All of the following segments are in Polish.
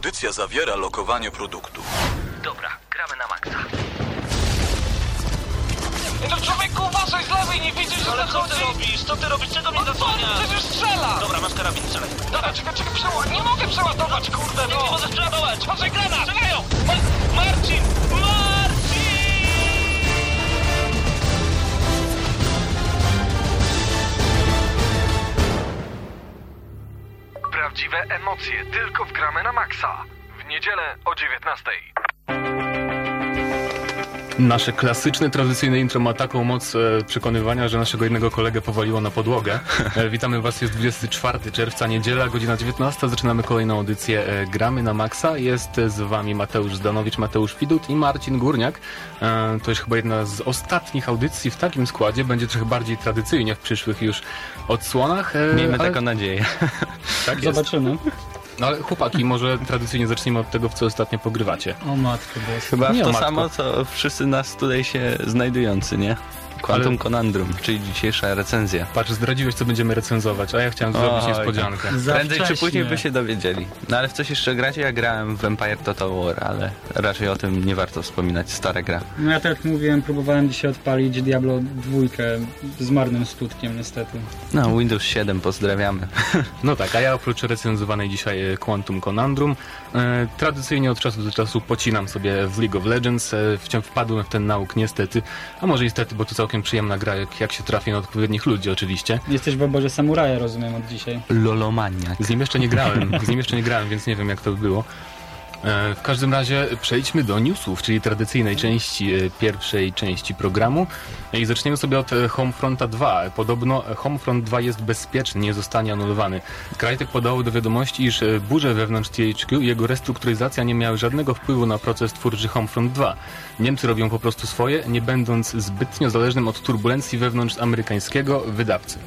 Audycja zawiera lokowanie produktu. Dobra, gramy na maksa. No człowieku, uważaj z lewej, nie widzisz, że Ale co zachodzi? ty robisz? Co ty robisz? Czego mnie On zasłaniasz? przecież strzela! Dobra, masz karabin, strzelaj. Dobra, czekaj, nie mogę przeładować, kurde, Nie no! możesz przeładować! Może granat! Strzelają! Marcin! Prawdziwe emocje tylko w Gramy na Maxa. W niedzielę o 19:00. Nasze klasyczne, tradycyjne intro ma taką moc przekonywania, że naszego jednego kolegę powaliło na podłogę. Witamy Was, jest 24 czerwca, niedziela, godzina 19. Zaczynamy kolejną audycję Gramy na Maxa. Jest z Wami Mateusz Zdanowicz, Mateusz Widut i Marcin Górniak. To jest chyba jedna z ostatnich audycji w takim składzie. Będzie trochę bardziej tradycyjnie w przyszłych już odsłonach. Miejmy taką nadzieję. Tak jest. Zobaczymy. No ale chłopaki, może tradycyjnie zacznijmy od tego, w co ostatnio pogrywacie. O matko boska. Chyba Nie, to matko. samo, co wszyscy nas tutaj się znajdujący, nie? Quantum Ale- Conundrum, czyli dzisiejsza recenzja. Patrz, zdradziłeś, co będziemy recenzować, a ja chciałem zrobić Oj, niespodziankę. Za Prędzej czy wcześnie. później by się dowiedzieli. No ale w coś jeszcze gracie? Ja grałem w Empire Total War, ale raczej o tym nie warto wspominać. Stara gra. No ja tak jak mówiłem, próbowałem dzisiaj odpalić Diablo 2 z marnym skutkiem niestety. No, Windows 7, pozdrawiamy. No tak, a ja oprócz recenzowanej dzisiaj Quantum Conundrum tradycyjnie od czasu do czasu pocinam sobie w League of Legends. Wciąż wpadłem w ten nauk niestety, a może niestety, bo to całkiem przyjemna gra, jak się trafi na odpowiednich ludzi oczywiście. Jesteś w obozie samuraja, rozumiem, od dzisiaj. Lolomaniak. Z nim jeszcze nie grałem, więc nie wiem jak to by było. W każdym razie przejdźmy do newsów, czyli tradycyjnej części, pierwszej części programu i zaczniemy sobie od Homefronta 2. Podobno Homefront 2 jest bezpieczny, nie zostanie anulowany. Crytek podało do wiadomości, iż burze wewnątrz THQ i jego restrukturyzacja nie miały żadnego wpływu na proces twórczy Homefront 2. Niemcy robią po prostu swoje, nie będąc zbytnio zależnym od turbulencji wewnątrz amerykańskiego wydawcy.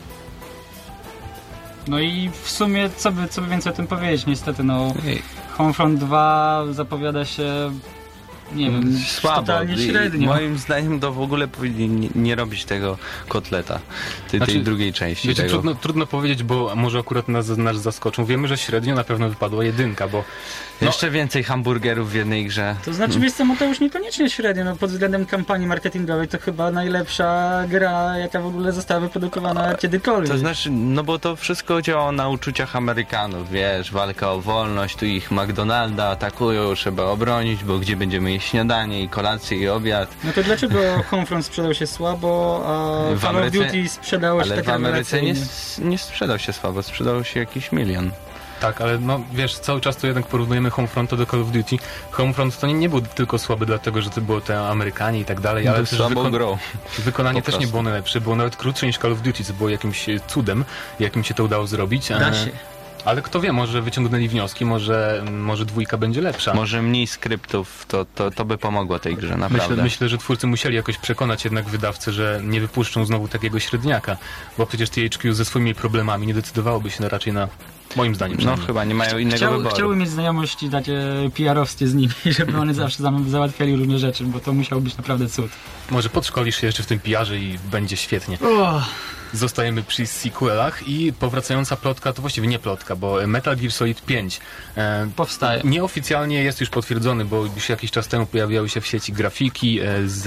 No i w sumie co by więcej o tym powiedzieć, niestety no Ej, Homefront 2 zapowiada się, nie wiem, słabo. totalnie I średnio. moim zdaniem to w ogóle powinni nie robić tego kotleta. Tej Znaczy, drugiej części Wiecie, tego. trudno powiedzieć, bo może akurat nas zaskoczą. Wiemy, że średnio na pewno wypadła 1, bo Jeszcze więcej hamburgerów w jednej grze. To znaczy, wiesz co, Mateusz, niekoniecznie średnio, no pod względem kampanii marketingowej to chyba najlepsza gra, jaka w ogóle została wyprodukowana kiedykolwiek. To znaczy, no bo to wszystko działa na uczuciach Amerykanów, wiesz, walka o wolność, tu ich McDonalda atakują, trzeba obronić, bo gdzie będziemy jeść śniadanie i kolację i obiad. No to dlaczego Homefront sprzedał się słabo, a W Call of Ameryce- Duty sprzedało się Ale tak w Ameryce rewelacyjnie? nie sprzedał się słabo, sprzedał się jakiś 1 milion. tak, ale no wiesz, cały czas to jednak porównujemy Homefronta do Call of Duty. Homefront to nie był tylko słaby dlatego, że to było te Amerykanie i tak dalej, ale też słabą grą. wykonanie Po też nie prostu. było najlepsze, było nawet krótsze niż Call of Duty, co było jakimś cudem, jakim się to udało zrobić. Da się. Ale kto wie, może wyciągnęli wnioski, może 2 będzie lepsza. Może mniej skryptów, to by pomogło tej grze, naprawdę. Myślę, że twórcy musieli jakoś przekonać jednak wydawcę, że nie wypuszczą znowu takiego średniaka, bo przecież THQ ze swoimi problemami nie decydowałoby się raczej na, moim zdaniem No przynajmniej. chyba nie mają innego wyboru. Chciałbym mieć znajomości takie PR-owskie z nimi, żeby one zawsze załatwiali różne rzeczy, bo to musiał być naprawdę cud. Może podszkolisz się jeszcze w tym PR-ze i będzie świetnie. Zostajemy przy sequelach i powracająca plotka, to właściwie nie plotka, bo Metal Gear Solid 5 Powstaje. nieoficjalnie jest już potwierdzony, bo już jakiś czas temu pojawiały się w sieci grafiki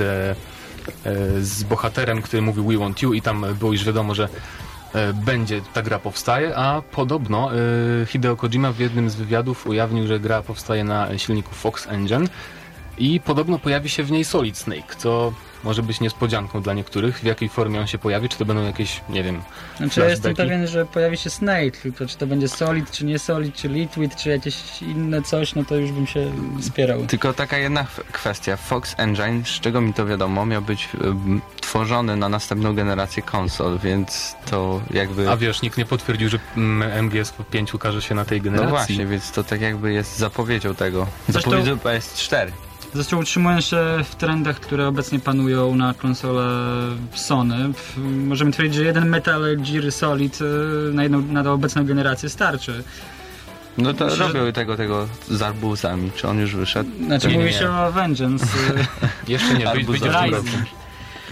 z bohaterem, który mówił We Want You i tam było już wiadomo, że ta gra powstaje, a podobno Hideo Kojima w jednym z wywiadów ujawnił, że gra powstaje na silniku Fox Engine i podobno pojawi się w niej Solid Snake, co może być niespodzianką dla niektórych. W jakiej formie on się pojawi? Czy to będą jakieś, nie wiem, Znaczy ja jestem flashbacki? pewien, że pojawi się Snake, tylko czy to będzie Solid, czy nie Solid, czy Liquid, czy jakieś inne coś, no to już bym się spierał. Tylko taka jedna kwestia. Fox Engine, z czego mi to wiadomo, miał być tworzony na następną generację konsol, więc to jakby... A wiesz, nikt nie potwierdził, że MGS5 ukaże się na tej No generacji. właśnie, więc to tak jakby jest zapowiedzią tego. Zresztą- Zapowiedzią PS4. Zresztą utrzymując się w trendach, które obecnie panują na konsolę Sony, możemy twierdzić, że jeden Metal Gear Solid na obecną generację starczy. No to Myślę, że- robią tego z arbuzami. Czy on już wyszedł? Znaczy Nie, mówi nie. się o Vengeance. Jeszcze nie, Albo wyjdzie w tym Rising. roku.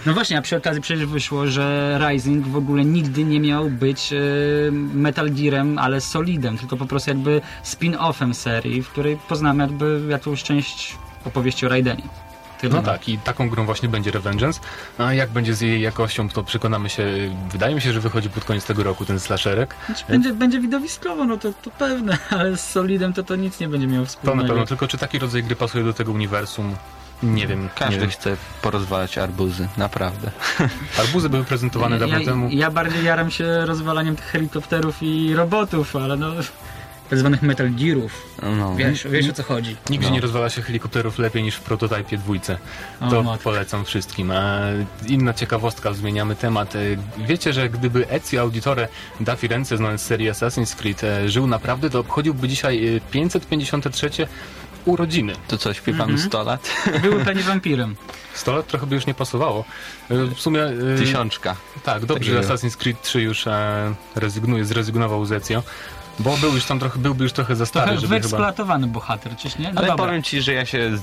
No właśnie, a przy okazji przecież wyszło, że Rising w ogóle nigdy nie miał być Metal Gearem, ale Solidem, tylko po prostu jakby spin-offem serii, w której poznamy jakby jakąś część opowieści o Raidenie. Tyle. No tak, i taką grą właśnie będzie Revengeance. A jak będzie z jej jakością, to przekonamy się. Wydaje mi się, że wychodzi pod koniec tego roku ten slasherek. Znaczy, będzie widowiskowo, no to pewne, ale z Solidem to nic nie będzie miało To wspólnego. na pewno, tylko czy taki rodzaj gry pasuje do tego uniwersum? Nie wiem. Każdy nie wiem. chce porozwalać arbuzy, naprawdę. Arbuzy były prezentowane dawno temu. Ja bardziej jaram się rozwalaniem tych helikopterów i robotów, ale no tak zwanych Metal Gearów. No. Wiesz o co chodzi. Nigdzie nie rozwala się helikopterów lepiej niż w prototypie 2. To matko. polecam wszystkim. Inna ciekawostka, zmieniamy temat. Wiecie, że gdyby Ezio Auditore da Firenze, znany z serii Assassin's Creed, żył naprawdę, to obchodziłby dzisiaj 553 urodziny. To co, śpiewamy 100 lat? Były pewnie wampirem. 100 lat trochę by już nie pasowało. W sumie... 1000. Tak, dobrze, że Takiego. Assassin's Creed 3 już zrezygnował z Ezio, bo byłby już trochę za stary, Trochę żeby chyba... wyeksploatowany bohater, czyś nie? No Ale dobra. powiem ci, że ja się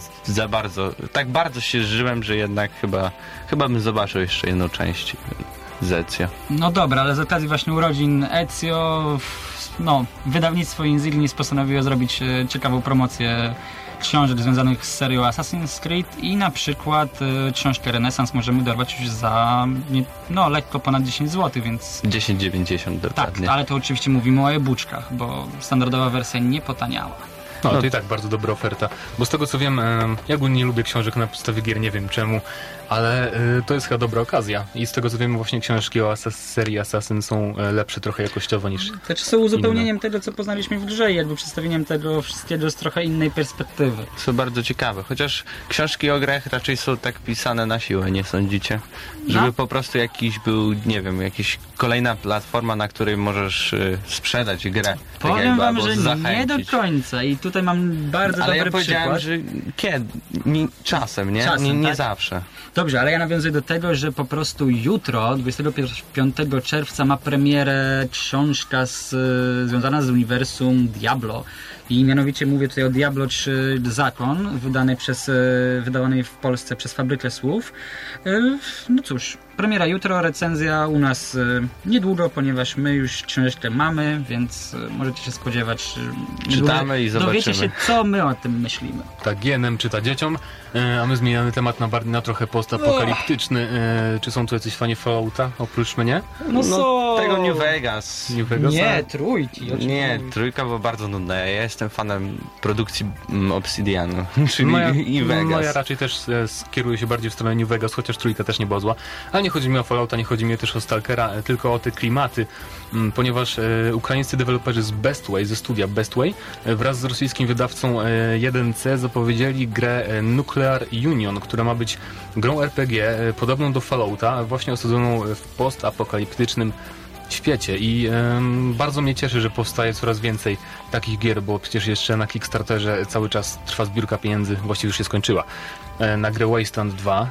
tak bardzo się żyłem, że jednak chyba bym zobaczył jeszcze jedną część z Ezio. No dobra, ale z okazji właśnie urodzin Ezio, no, wydawnictwo Insignis postanowiło zrobić ciekawą promocję książek związanych z serią Assassin's Creed i na przykład książkę Renesans możemy dorwać już za lekko ponad 10 zł, więc 10,90 tak, dokładnie. ale to oczywiście mówimy o e-booczkach, bo standardowa wersja nie potaniała. No, to i tak bardzo dobra oferta, bo z tego co wiem, ja ogólnie nie lubię książek na podstawie gier, nie wiem czemu, ale to jest chyba dobra okazja i z tego co wiem właśnie książki o serii Assassin są lepsze trochę jakościowo niż... Znaczy są uzupełnieniem tego, co poznaliśmy w grze i jakby przedstawieniem tego wszystkiego z trochę innej perspektywy. Są bardzo ciekawe, chociaż książki o grach raczej są tak pisane na siłę, nie sądzicie? Żeby No. po prostu jakiś był, nie wiem, jakaś kolejna platforma, na której możesz sprzedać grę. Tak Powiem jakby, wam, albo że nie zachęcić. do końca i tutaj mam bardzo Ale dobry ja powiedziałem, przykład. że kiedy? Czasem, nie? Czasem, nie tak? zawsze. Dobrze, ale ja nawiązuję do tego, że po prostu jutro, 25 czerwca ma premierę książka związana z uniwersum Diablo. I mianowicie mówię tutaj o Diablo 3 Zakon, wydawanej w Polsce przez Fabrykę Słów. No cóż, premiera jutro, recenzja u nas niedługo, ponieważ my już książkę mamy, więc możecie się spodziewać. Czytamy i zobaczymy. Dowiecie się, co my o tym myślimy. Tak, GNM czyta dzieciom, a my zmieniamy temat na trochę postapokaliptyczny. Czy są tu jacyś fani Fallouta oprócz mnie? No co? Tego New Vegas. New Vegasa? Nie, trójki. Nie, trójka była bardzo nudna. Ja jestem fanem produkcji Obsidianu, czyli i Vegas. Moja raczej też skieruje się bardziej w stronę New Vegas, chociaż trójka też nie była zła. Ale nie chodzi mi o Fallouta, nie chodzi mi też o Stalkera, tylko o te klimaty, ponieważ ukraińscy deweloperzy z Bestway, ze studia Bestway, wraz z rosyjskim wydawcą 1C zapowiedzieli grę Nuclear Union, która ma być grą RPG podobną do Fallouta, właśnie osadzoną w postapokaliptycznym świecie i bardzo mnie cieszy, że powstaje coraz więcej takich gier, bo przecież jeszcze na Kickstarterze cały czas trwa zbiórka pieniędzy, właściwie już się skończyła, na grę Wasteland 2.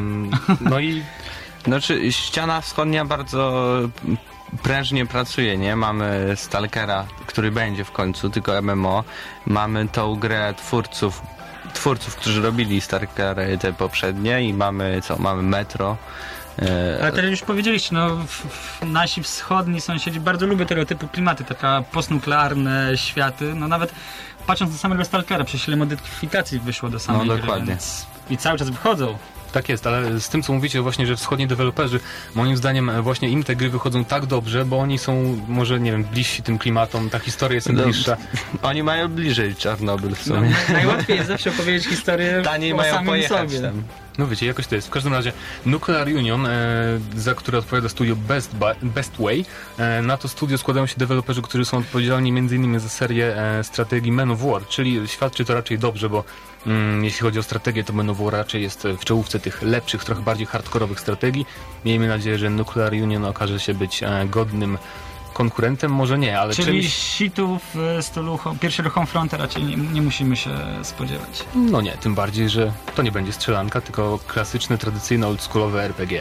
No i Znaczy, ściana wschodnia bardzo prężnie pracuje, nie? Mamy Stalkera, który będzie w końcu, tylko MMO. Mamy tą grę twórców, którzy robili Stalkery te poprzednie i mamy Metro. Ale teraz już powiedzieliście, nasi wschodni sąsiedzi bardzo lubią tego typu klimaty, taka postnuklearne światy, no nawet patrząc na samego Stalkera, przecież ile modyfikacji wyszło do samej gry, dokładnie. więc i cały czas wychodzą. tak jest, ale z tym co mówicie właśnie, że wschodni deweloperzy, moim zdaniem właśnie im te gry wychodzą tak dobrze, bo oni są może, nie wiem, bliżsi tym klimatom, ta historia jest im bliższa. Oni mają bliżej Czarnobyl w sumie. Najłatwiej jest zawsze opowiedzieć historię Taniej o mają samym pojechać sobie. tam. No wiecie, jakoś to jest. W każdym razie Nuclear Union, za które odpowiada studio Bestway, na to studio składają się deweloperzy, którzy są odpowiedzialni m.in. za serię strategii Men of War, czyli świadczy to raczej dobrze, bo jeśli chodzi o strategię, to Men of War raczej jest w czołówce tych lepszych, trochę bardziej hardkorowych strategii. Miejmy nadzieję, że Nuclear Union okaże się być godnym konkurentem, może nie, ale Czyli czymś... situ w stylu pierwszego Homefronta raczej nie musimy się spodziewać. No nie, tym bardziej, że to nie będzie strzelanka, tylko klasyczne, tradycyjne, oldschoolowe RPG.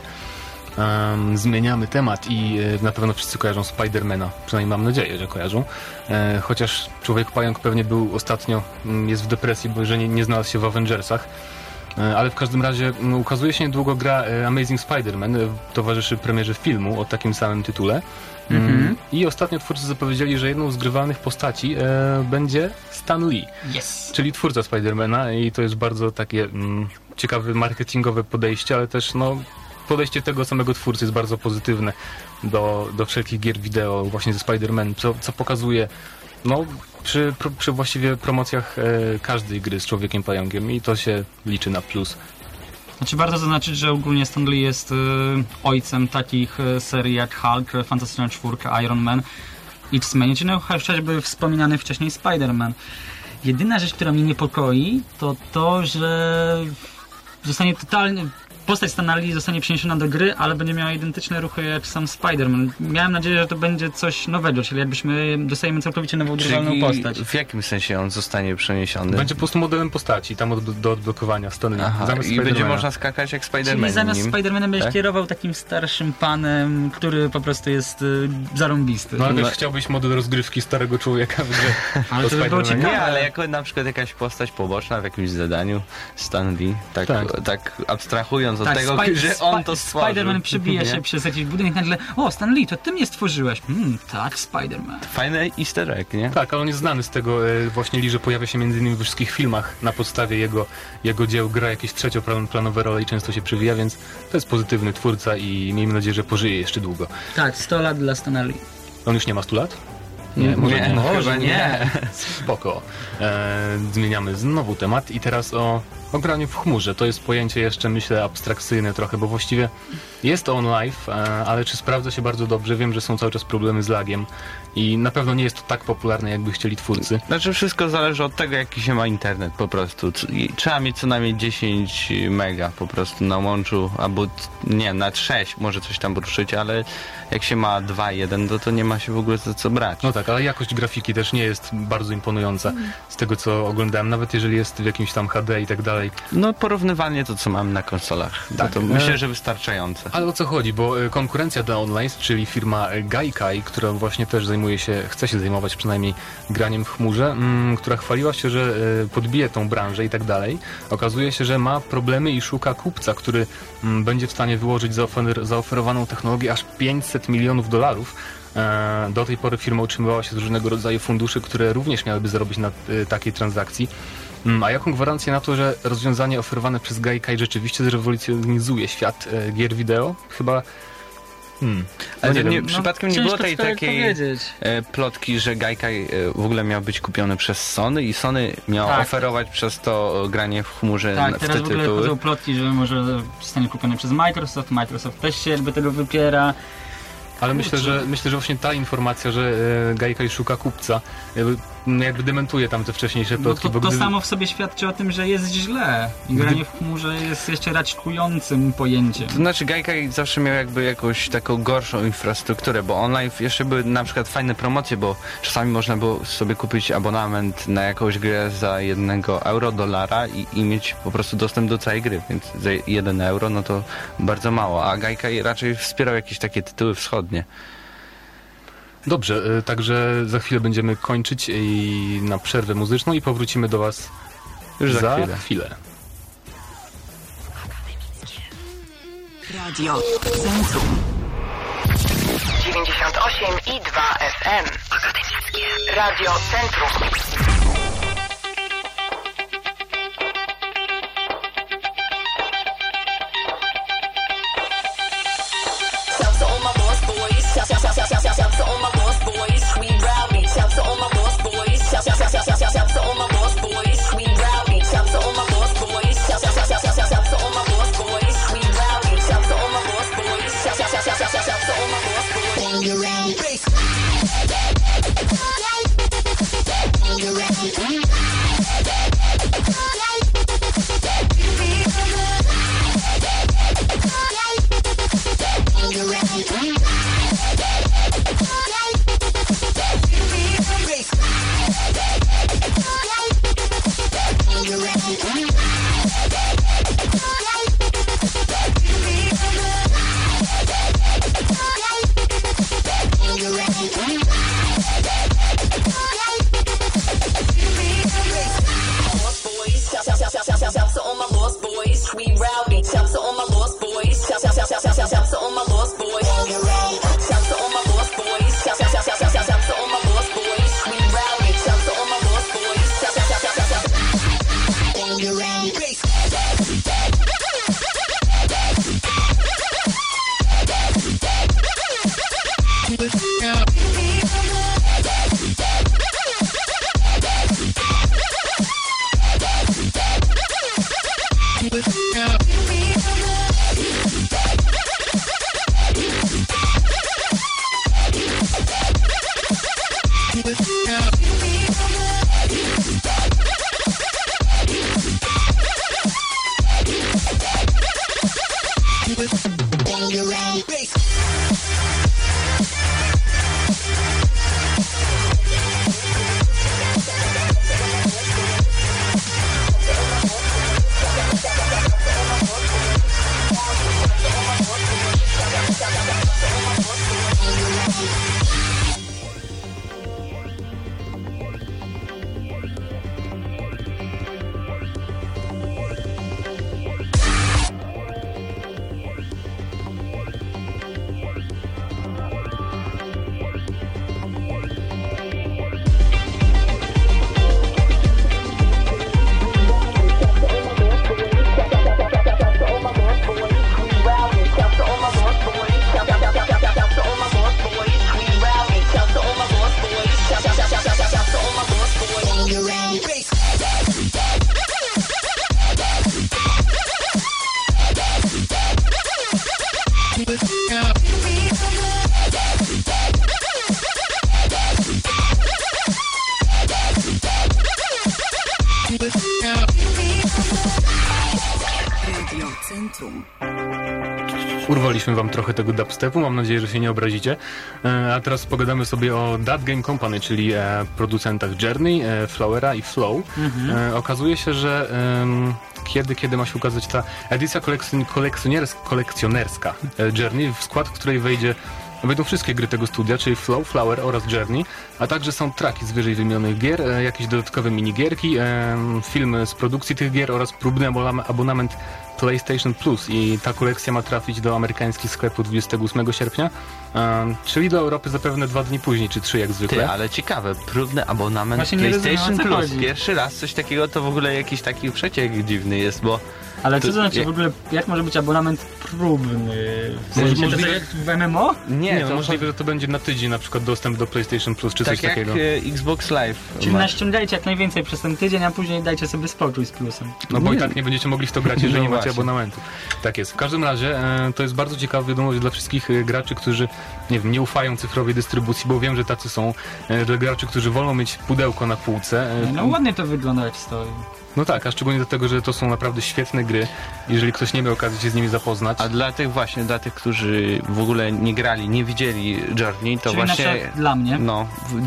Zmieniamy temat i na pewno wszyscy kojarzą Spidermana, przynajmniej mam nadzieję, że kojarzą. Chociaż Człowiek Pająk pewnie był ostatnio, jest w depresji, bo że nie znalazł się w Avengersach. Ale w każdym razie ukazuje się niedługo gra Amazing Spider-Man, towarzyszy premierze filmu o takim samym tytule. I ostatnio twórcy zapowiedzieli, że jedną z grywalnych postaci będzie Stan Lee, czyli twórca Spider-Mana, i to jest bardzo takie ciekawe marketingowe podejście, ale też podejście tego samego twórcy jest bardzo pozytywne do wszelkich gier wideo właśnie ze Spider-Man, co pokazuje przy właściwie promocjach każdej gry z Człowiekiem Pająkiem, i to się liczy na plus. Znaczy warto zaznaczyć, że ogólnie Stan Lee jest ojcem takich serii jak Hulk, Fantastyczna Czwórka, Iron Man, X-Men, czy chociażby wspominany wcześniej Spider-Man. Jedyna rzecz, która mnie niepokoi, to to, że zostanie totalnie... Postać Stana Lee zostanie przeniesiona do gry, ale będzie miała identyczne ruchy jak sam Spider-Man. Miałem nadzieję, że to będzie coś nowego, czyli jakbyśmy dostajemy całkowicie nową grywalną postać. W jakim sensie on zostanie przeniesiony? Będzie po prostu modelem postaci, tam do odblokowania Stan Lee. I będzie można skakać jak Spider-Man. Czyli zamiast Spider-Manem będziesz kierował takim starszym panem, który po prostu jest zarąbisty. No ale wiesz, chciałbyś model rozgrywki starego człowieka w grze. Ale to by było ciekawe. Nie, ale jako na przykład jakaś postać poboczna w jakimś zadaniu Stan Lee, tak abstrahując od tego, że on to stworzył. Spider-Man przebija się przez jakiś budynek, nagle Stan Lee, to ty mnie stworzyłeś. Tak, Spider-Man. Fajny easter egg, nie? Tak, ale on jest znany z tego właśnie Lee, że pojawia się m.in. we wszystkich filmach na podstawie jego dzieł, gra jakieś trzecioplanowe role i często się przewija, więc to jest pozytywny twórca i miejmy nadzieję, że pożyje jeszcze długo. Tak, 100 lat dla Stana Lee. On już nie ma 100 lat? Nie, może nie. Spoko. Zmieniamy znowu temat i teraz o graniu w chmurze. To jest pojęcie jeszcze, myślę, abstrakcyjne trochę, bo właściwie jest to on live, ale czy sprawdza się bardzo dobrze? Wiem, że są cały czas problemy z lagiem i na pewno nie jest to tak popularne, jakby chcieli twórcy. Znaczy wszystko zależy od tego, jaki się ma internet po prostu. Trzeba mieć co najmniej 10 mega po prostu na łączu, albo nie, na 6 może coś tam ruszyć, ale jak się ma 2.1, to nie ma się w ogóle za co brać. No tak, ale jakość grafiki też nie jest bardzo imponująca z tego, co oglądałem, nawet jeżeli jest w jakimś tam HD i tak dalej. No porównywanie to, co mamy na konsolach, to myślę, że wystarczające. Ale o co chodzi, bo konkurencja dla online, czyli firma Gaikai, która właśnie też chce się zajmować przynajmniej graniem w chmurze, która chwaliła się, że podbije tą branżę i tak dalej, okazuje się, że ma problemy i szuka kupca, który będzie w stanie wyłożyć zaoferowaną technologię aż $500 milionów. Do tej pory firma utrzymywała się z różnego rodzaju funduszy, które również miałyby zarobić na takiej transakcji. A jaką gwarancję na to, że rozwiązanie oferowane przez Gaikai rzeczywiście zrewolucjonizuje świat gier wideo? Chyba... Ale przypadkiem nie było tej takiej powiedzieć. plotki, że Gaikai w ogóle miał być kupiony przez Sony i Sony miało oferować przez to granie w chmurze w te teraz w ogóle chodzą plotki, że może zostanie kupiony przez Microsoft. Microsoft też się jakby tego wypiera. Ale myślę, że właśnie ta informacja, że Gaikai szuka kupca, jakby dementuje tam te wcześniejsze plotki. To samo w sobie świadczy o tym, że jest źle. I granie w chmurze jest jeszcze raczkującym pojęciem. To znaczy Gaikai zawsze miał jakby jakąś taką gorszą infrastrukturę, bo online jeszcze były na przykład fajne promocje, bo czasami można było sobie kupić abonament na jakąś grę za $1 dolara i mieć po prostu dostęp do całej gry, więc za €1 no to bardzo mało, a Gaikai raczej wspierał jakieś takie tytuły wschodnie. Dobrze, także za chwilę będziemy kończyć na przerwę muzyczną i powrócimy do Was już za chwilę. Radio Centrum 98,2 FM. Akademickie Radio Centrum. Shout to all my boss boys, we rowdy. Shout to all my boss boys. Shout to all my boss boys, we rowdy. Shout to all my boss boys. Shout to all my boss boys, we rowdy. Shout to all my boss boys. Shout to all my boss boys. Bang around, bang around. we rowdy. Shouts to all my lost boys. Shouts to all my lost boys. Shouts to all my lost boys. Shouts to all my lost boys. We rowdy. Shouts to all my lost boys. Urwaliśmy wam trochę tego dubstepu, mam nadzieję, że się nie obrazicie. A teraz pogadamy sobie o That Game Company, czyli producentach Journey, Flowera i Flow. Okazuje się, że kiedy ma się ukazać ta edycja kolekcjonerska Journey, w skład której wejdą wszystkie gry tego studia, czyli Flow, Flower oraz Journey, a także soundtracki z wyżej wymienionych gier, jakieś dodatkowe minigierki, filmy z produkcji tych gier oraz próbny abonament PlayStation Plus i ta kolekcja ma trafić do amerykańskich sklepów 28 sierpnia, czyli do Europy zapewne 2 dni później, czy 3 jak zwykle. Ty, ale ciekawe, próbny abonament Właśnie nie PlayStation rozumiem, o co Plus. chodzi. Pierwszy raz coś takiego to w ogóle jakiś taki przeciek dziwny jest, bo... Ale co To- to znaczy jak- w ogóle, jak może być abonament próbny? W sensie, Możliwe- to tak jak w MMO? Nie, to możliwe, że to będzie na tydzień na przykład dostęp do PlayStation Plus, czy tak coś jak takiego. Xbox Live. Czyli ma. naściągajcie jak najwięcej przez ten tydzień, a później dajcie sobie spokój z plusem. No bo Nie. i tak nie będziecie mogli w to grać, jeżeli No nie macie właśnie. abonamentu. Tak jest. W każdym razie to jest bardzo ciekawa wiadomość dla wszystkich graczy, którzy nie ufają cyfrowej dystrybucji, bo wiem, że tacy są. Dla graczy, którzy wolą mieć pudełko na półce. No ładnie to wygląda jak stoi. No tak, a szczególnie dlatego, że to są naprawdę świetne gry. Jeżeli ktoś nie miał okazji się z nimi zapoznać. A dla tych, którzy w ogóle nie grali, nie widzieli Journey, to Czyli na właśnie... przykład dla mnie. No,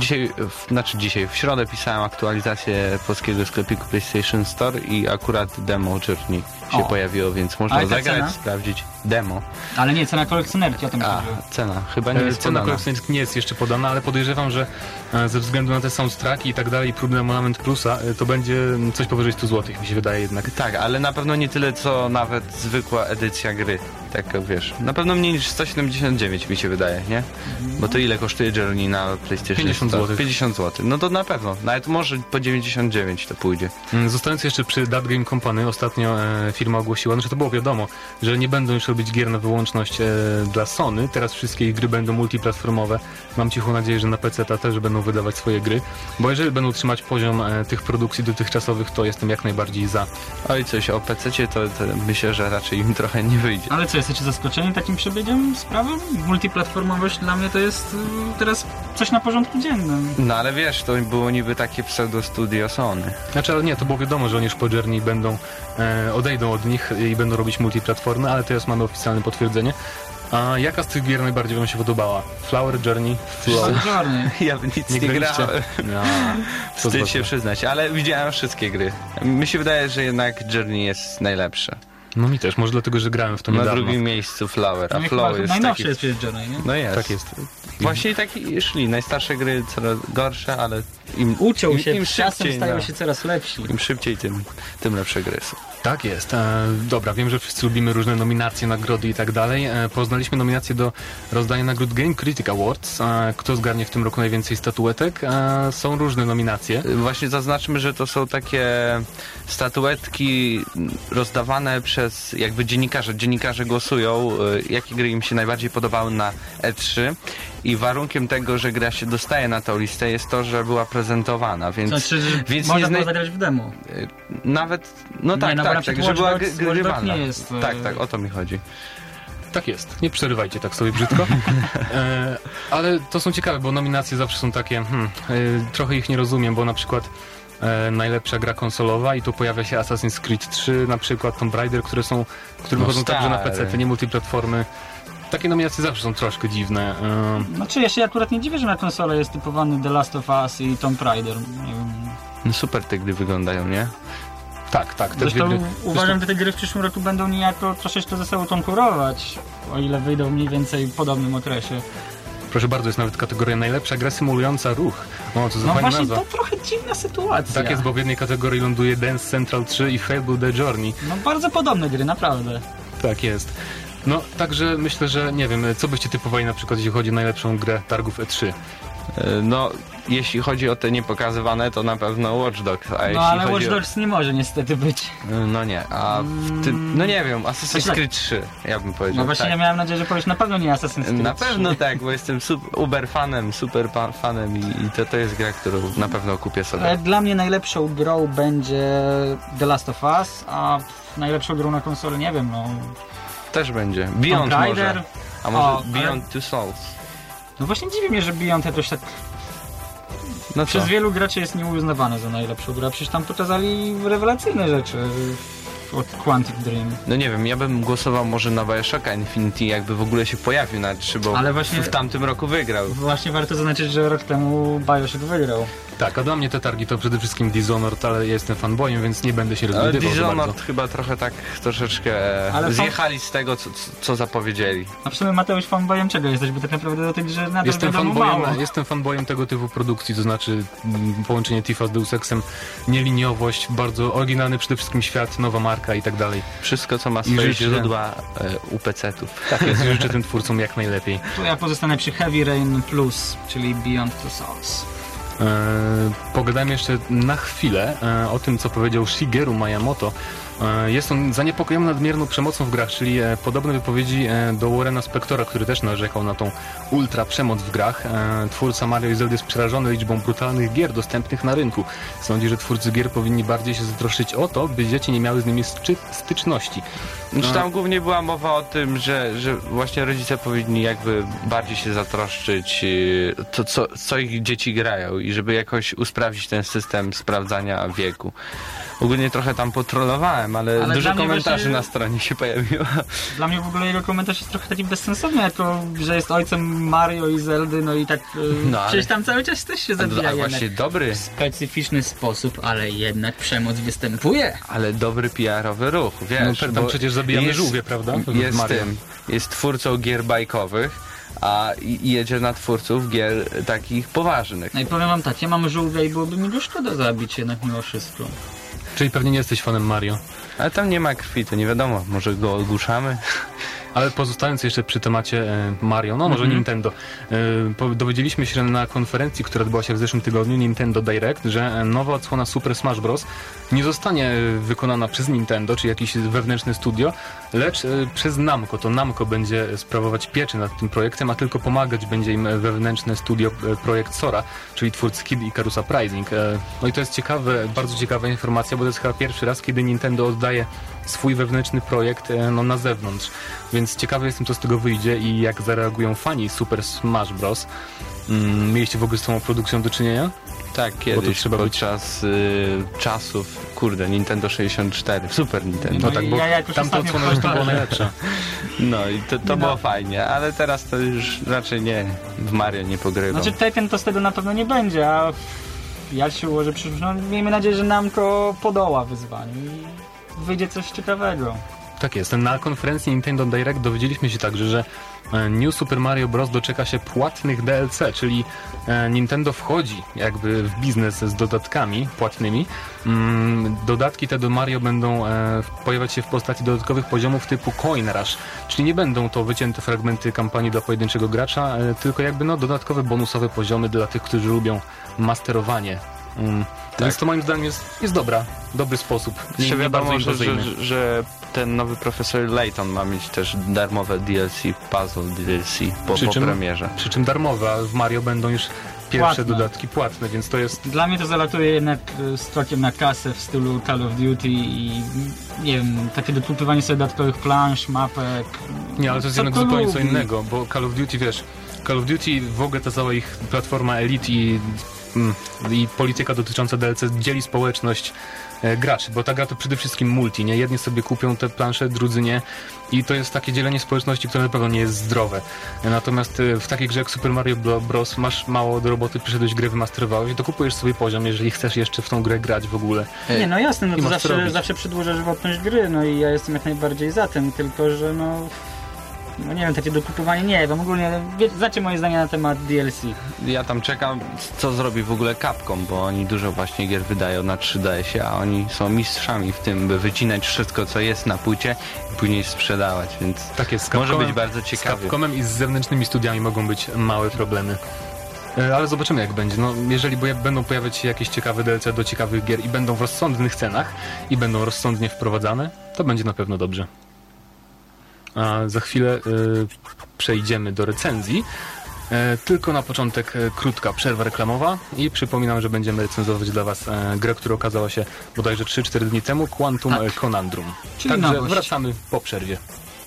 dzisiaj, w środę pisałem aktualizację polskiego sklepiku PlayStation Store i akurat demo Journey się O. pojawiło, więc A można jaka zagrać, cena? sprawdzić demo. Ale nie, cena kolekcjonerki, o tym A, chodziło. cena chyba nie jest Cena podana. kolekcjonerska nie jest jeszcze podana, ale podejrzewam, że ze względu na te soundtracki i tak dalej, próbny abonament plusa, to będzie coś powyżej 100 zł, mi się wydaje jednak. Tak, ale na pewno nie tyle, co nawet zwykła edycja gry. Tak, wiesz, na pewno mniej niż 179 mi się wydaje, nie? Bo to ile kosztuje Journey na PlayStation 50 Store? złotych. 50 zł. No to na pewno. Nawet może po 99 to pójdzie. Zostając jeszcze przy That Game Company, ostatnio firma ogłosiła, że to było wiadomo, że nie będą już robić gier na wyłączność dla Sony. Teraz wszystkie ich gry będą multiplatformowe. Mam cichą nadzieję, że na PC-ta też będą wydawać swoje gry, bo jeżeli będą trzymać poziom tych produkcji dotychczasowych, to jestem jak najbardziej za. Oj, coś o PC-cie to myślę, że raczej im trochę nie wyjdzie. Ale co, jesteście zaskoczeni takim przebiegiem sprawy? Multiplatformowość dla mnie to jest teraz coś na porządku dziennym. No ale wiesz, to było niby takie pseudo-studio Sony. Znaczy, ale nie, to było wiadomo, że oni już po Journey będą, odejdą od nich i będą robić multiplatformy, ale teraz mamy oficjalne potwierdzenie. A jaka z tych gier najbardziej wam się podobała? Flower, Journey, Flow? Journey. Ja nic nie graliście? grałem. No, to Wstyd złe. się przyznać, ale widziałem wszystkie gry. Mi się wydaje, że jednak Journey jest najlepsze. No mi też, może dlatego, że grałem w to Na niedawno. drugim miejscu Flower, No a i Flow chyba jest najnowszy taki... jest przecież Journey, nie? No jest. Tak jest. Właśnie taki szli. Najstarsze gry coraz gorsze, ale Uciął się, im z czasem szybciej, stają no. się coraz lepsi. Im szybciej, tym lepsze gry są. Tak jest. Dobra, wiem, że wszyscy lubimy różne nominacje, nagrody i tak dalej. Poznaliśmy nominacje do rozdania nagród Game Critic Awards. Kto zgarnie w tym roku najwięcej statuetek? Są różne nominacje. Właśnie zaznaczmy, że to są takie statuetki rozdawane przez jakby dziennikarzy. Dziennikarze głosują, jakie gry im się najbardziej podobały na E3 i warunkiem tego, że gra się dostaje na tą listę jest to, że była prezentowana, więc... Znaczy, że więc można nie było zagrać w demo. Nawet, no Nie, tak, no bo na tak, przykład że była Watch Dogs grywalna. nie jest, Tak, o to mi chodzi. Tak jest. Nie przerywajcie tak sobie brzydko. Ale to są ciekawe, bo nominacje zawsze są takie... trochę ich nie rozumiem, bo na przykład najlepsza gra konsolowa i tu pojawia się Assassin's Creed 3, na przykład Tomb Raider, które wychodzą także na PC, nie multiplatformy. Takie nominacje zawsze są troszkę dziwne. Znaczy ja się akurat nie dziwię, że na konsolę jest typowany The Last of Us i Tomb Raider. Nie wiem. No super te gry wyglądają, nie? Tak. Te Zresztą gry, uważam, że te gry w przyszłym roku będą niejako troszeczkę ze sobą konkurować, o ile wyjdą mniej więcej w podobnym okresie. Proszę bardzo, jest nawet kategoria najlepsza gra symulująca ruch. O, co za No fajna właśnie, nazwa. to trochę dziwna sytuacja. Tak jest, bo w jednej kategorii ląduje Dance Central 3 i Fable The Journey. No bardzo podobne gry, naprawdę. Tak jest. No, także myślę, że nie wiem, co byście typowali na przykład, jeśli chodzi o najlepszą grę targów E3. No, jeśli chodzi o te niepokazywane, to na pewno Watch Dogs, a jeśli No ale chodzi Watch Dogs nie może niestety być. No nie, a w tym, no nie wiem, Assassin's Creed 3, ja bym powiedział. No właśnie tak. ja miałem nadzieję, że powiesz na pewno nie Assassin's Creed Na 3. pewno tak, bo jestem super fanem i to jest gra, którą na pewno kupię sobie. Dla mnie najlepszą grą będzie The Last of Us, a najlepszą grą na konsolę nie wiem, no... Też będzie. Beyond Tomb Raider. może. A może O, Beyond Two Souls. No właśnie dziwi mnie, że Beyond jakoś tak No co? przez wielu graczy jest nieuznawane za najlepszą grę. Przecież tam pokazali rewelacyjne rzeczy od Quantic Dream. No nie wiem, ja bym głosował może na Bioshocka Infinity, jakby w ogóle się pojawił na 3, bo Ale właśnie- w tamtym roku wygrał. Właśnie warto zaznaczyć, że rok temu Bioshock wygrał. Tak, a dla mnie te targi to przede wszystkim Dishonored, ale ja jestem fanboyem, więc nie będę się Ale rozgadywał za bardzo. Dishonored chyba trochę tak troszeczkę Ale zjechali z tego, co zapowiedzieli. A w sumie Mateusz fanboyem czego jesteś? Bo tak naprawdę do tej grze nadal wiadomo mało. Jestem fanboyem tego typu produkcji, to znaczy połączenie Tifa z Deus Exem, nieliniowość, bardzo oryginalny przede wszystkim świat, nowa marka i tak dalej. Wszystko, co ma I swoje życzę- źródła u PC-ów. Tak jest, życzę tym twórcom jak najlepiej. To ja pozostanę przy Heavy Rain Plus, czyli Beyond Two Souls. Pogadajmy jeszcze na chwilę o tym, co powiedział Shigeru Miyamoto. Jest on zaniepokojony nadmierną przemocą w grach, czyli podobne wypowiedzi do Warrena Spectora, który też narzekał na tą ultra przemoc w grach. Twórca Mario i Zelda jest przerażony liczbą brutalnych gier dostępnych na rynku. Sądzi, że twórcy gier powinni bardziej się zatroszczyć o to, by dzieci nie miały z nimi styczności. Znaczy, tam głównie była mowa o tym, że właśnie rodzice powinni jakby bardziej się zatroszczyć to, co ich dzieci grają i żeby jakoś usprawnić ten system sprawdzania wieku. Ogólnie trochę tam potrollowałem, ale dużo dla mnie komentarzy właśnie- na stronie się pojawiło. Dla mnie w ogóle jego komentarz jest trochę taki bezsensowny, jako że jest ojcem Mario i Zeldy, no i tak No, ale- przecież tam cały czas też się zabija A jednak. właśnie dobry, W specyficzny sposób, ale jednak przemoc występuje. ale dobry PR-owy ruch, wiesz. Tam bo przecież zabijamy żółwie, prawda? W Jest Mario. jest twórcą gier bajkowych, a jedzie na twórców gier takich poważnych. No i powiem wam tak, ja mam żółwia i byłoby mi go szkoda zabić jednak mimo wszystko. Czyli pewnie nie jesteś fanem Mario. Ale tam nie ma krwi, to nie wiadomo, może go ogłuszamy? Ale pozostając jeszcze przy temacie Mario, no może Nintendo. Dowiedzieliśmy się na konferencji, która odbyła się w zeszłym tygodniu, Nintendo Direct, że nowa odsłona Super Smash Bros. Nie zostanie wykonana przez Nintendo, czy jakieś wewnętrzne studio, lecz przez Namco. To Namco będzie sprawować pieczę nad tym projektem, a tylko pomagać będzie im wewnętrzne studio Projekt Sora, czyli twórcy Kid Icarus Uprising. No i to jest ciekawe, bardzo ciekawa informacja, bo to jest chyba pierwszy raz, kiedy Nintendo oddaje swój wewnętrzny projekt na zewnątrz. Więc ciekawy jestem, co z tego wyjdzie i jak zareagują fani Super Smash Bros. Mieliście w ogóle z tą produkcją do czynienia? Tak, to kiedyś trzeba podczas czasów, Nintendo 64, Super Nintendo. No tak, bo ja jakoś tamto ostatnio odsłona już to było wchodzę. najlepsze. No i to było fajnie, ale teraz to już raczej nie, w Mario nie pogrywam. Znaczy Tekken to z tego na pewno nie będzie, a jak się ułoży przyszłość, no miejmy nadzieję, że Namco podoła wyzwaniu i wyjdzie coś ciekawego. Tak jest. Na konferencji Nintendo Direct dowiedzieliśmy się także, że New Super Mario Bros. Doczeka się płatnych DLC, czyli Nintendo wchodzi jakby w biznes z dodatkami płatnymi. Dodatki te do Mario będą pojawiać się w postaci dodatkowych poziomów typu Coin Rush, czyli nie będą to wycięte fragmenty kampanii dla pojedynczego gracza, tylko jakby dodatkowe bonusowe poziomy dla tych, którzy lubią masterowanie. Więc to moim zdaniem jest dobry sposób. Jeszcze wiadomo, bardzo inwazyjny. że ten nowy profesor Layton ma mieć też darmowe DLC, puzzle DLC po premierze. Przy czym darmowe, a w Mario będą już pierwsze dodatki płatne, więc to jest... Dla mnie to zalatuje jednak skokiem na kasę w stylu Call of Duty i nie wiem, takie dokupywanie sobie dodatkowych plansz, mapek. Nie, ale to jest jednak zupełnie co innego, bo Call of Duty, wiesz, Call of Duty w ogóle ta cała ich platforma Elite i polityka dotycząca DLC dzieli społeczność graczy, bo ta gra to przede wszystkim multi, nie? Jedni sobie kupią te plansze, drudzy nie i to jest takie dzielenie społeczności, które na pewno nie jest zdrowe. Natomiast w takiej grze jak Super Mario Bros. Masz mało do roboty, przyszedłeś grę, wymasterowałeś, dokupujesz sobie poziom, jeżeli chcesz jeszcze w tą grę grać w ogóle. Nie, no jasne, no to zawsze przedłuża żywotność gry, no i ja jestem jak najbardziej za tym, tylko że no nie wiem, takie dokupowanie nie wiem, ogólnie znacie moje zdanie na temat DLC. Ja tam czekam, co zrobi w ogóle Capcom, bo oni dużo właśnie gier wydają na 3DS-ie, a oni są mistrzami w tym, by wycinać wszystko, co jest na płycie i później sprzedawać, więc tak jest, może być bardzo ciekawie. Z Capcomem i z zewnętrznymi studiami mogą być małe problemy. Ale zobaczymy jak będzie. No, jeżeli będą pojawiać się jakieś ciekawe DLC do ciekawych gier i będą w rozsądnych cenach i będą rozsądnie wprowadzane, to będzie na pewno dobrze. A za chwilę przejdziemy do recenzji. Tylko na początek krótka przerwa reklamowa i przypominam, że będziemy recenzować dla Was grę, która okazała się bodajże 3-4 dni temu, Quantum Conundrum. Czyli także nowość. wracamy po przerwie.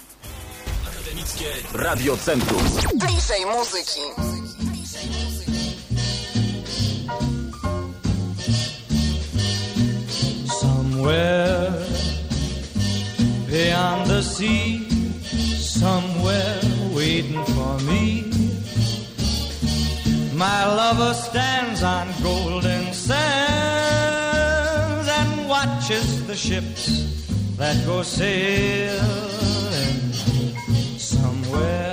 Radio Centrum. Bliżej muzyki. Somewhere beyond the sea, somewhere waiting for me, my lover stands on golden sands and watches the ships that go sailing. Somewhere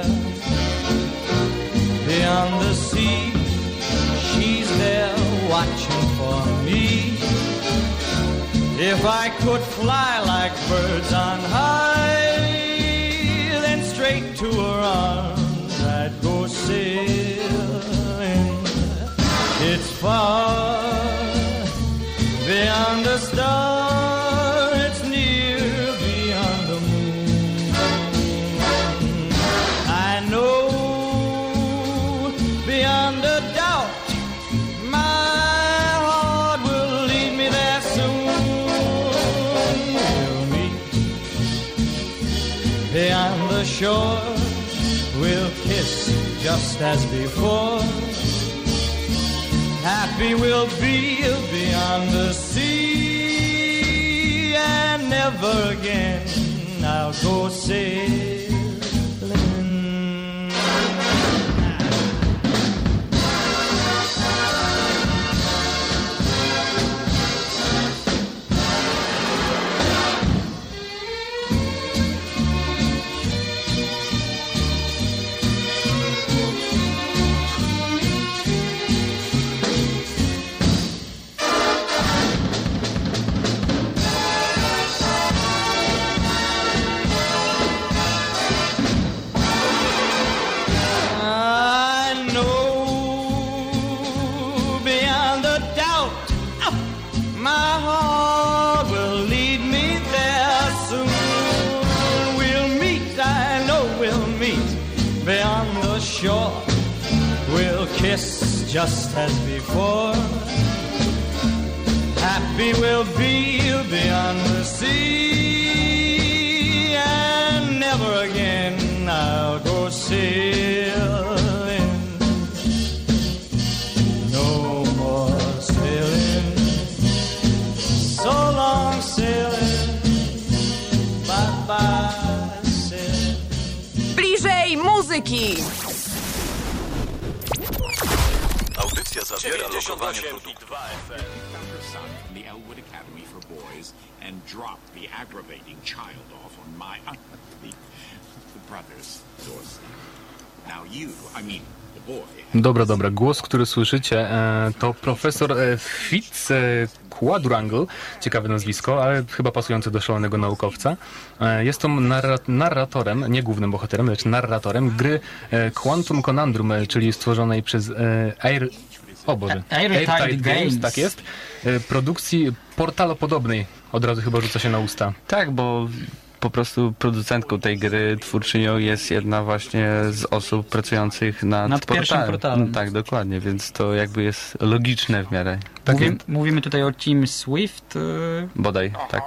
beyond the sea, she's there watching for me. If I could fly like birds on high, then straight to her arms I'd go sailing. It's far beyond the star, it's near beyond the moon. I know beyond a doubt my heart will lead me there soon. We'll meet beyond the shore, we'll kiss just as before. Happy we'll be beyond the sea, and never again I'll go sailing. Shore, we'll kiss just as before. Happy we'll be beyond the sea, and never again I'll go sailing. No more sailing, so long sailing, bye bye sailing. Bliżej muzyki. Audycja zawiera lokowanie produktu. The Elwood Academy for Boys and drop the aggravating child off on the brother's doorstep. Now you, I mean the boy. Dobra. Głos, który słyszycie, to profesor Fitz Quadrangle. Ciekawe nazwisko, ale chyba pasujące do szalonego naukowca. Jest on narratorem, nie głównym bohaterem, lecz narratorem gry Quantum Conundrum, czyli stworzonej przez Airtide Games, tak jest. Produkcji portalopodobnej. Od razu chyba rzuca się na usta. Tak, bo po prostu producentką tej gry, twórczynią jest jedna właśnie z osób pracujących nad pierwszym portalem. No, tak, dokładnie, więc to jakby jest logiczne w miarę. Mówimy tutaj o Team Swift. Bodaj, tak.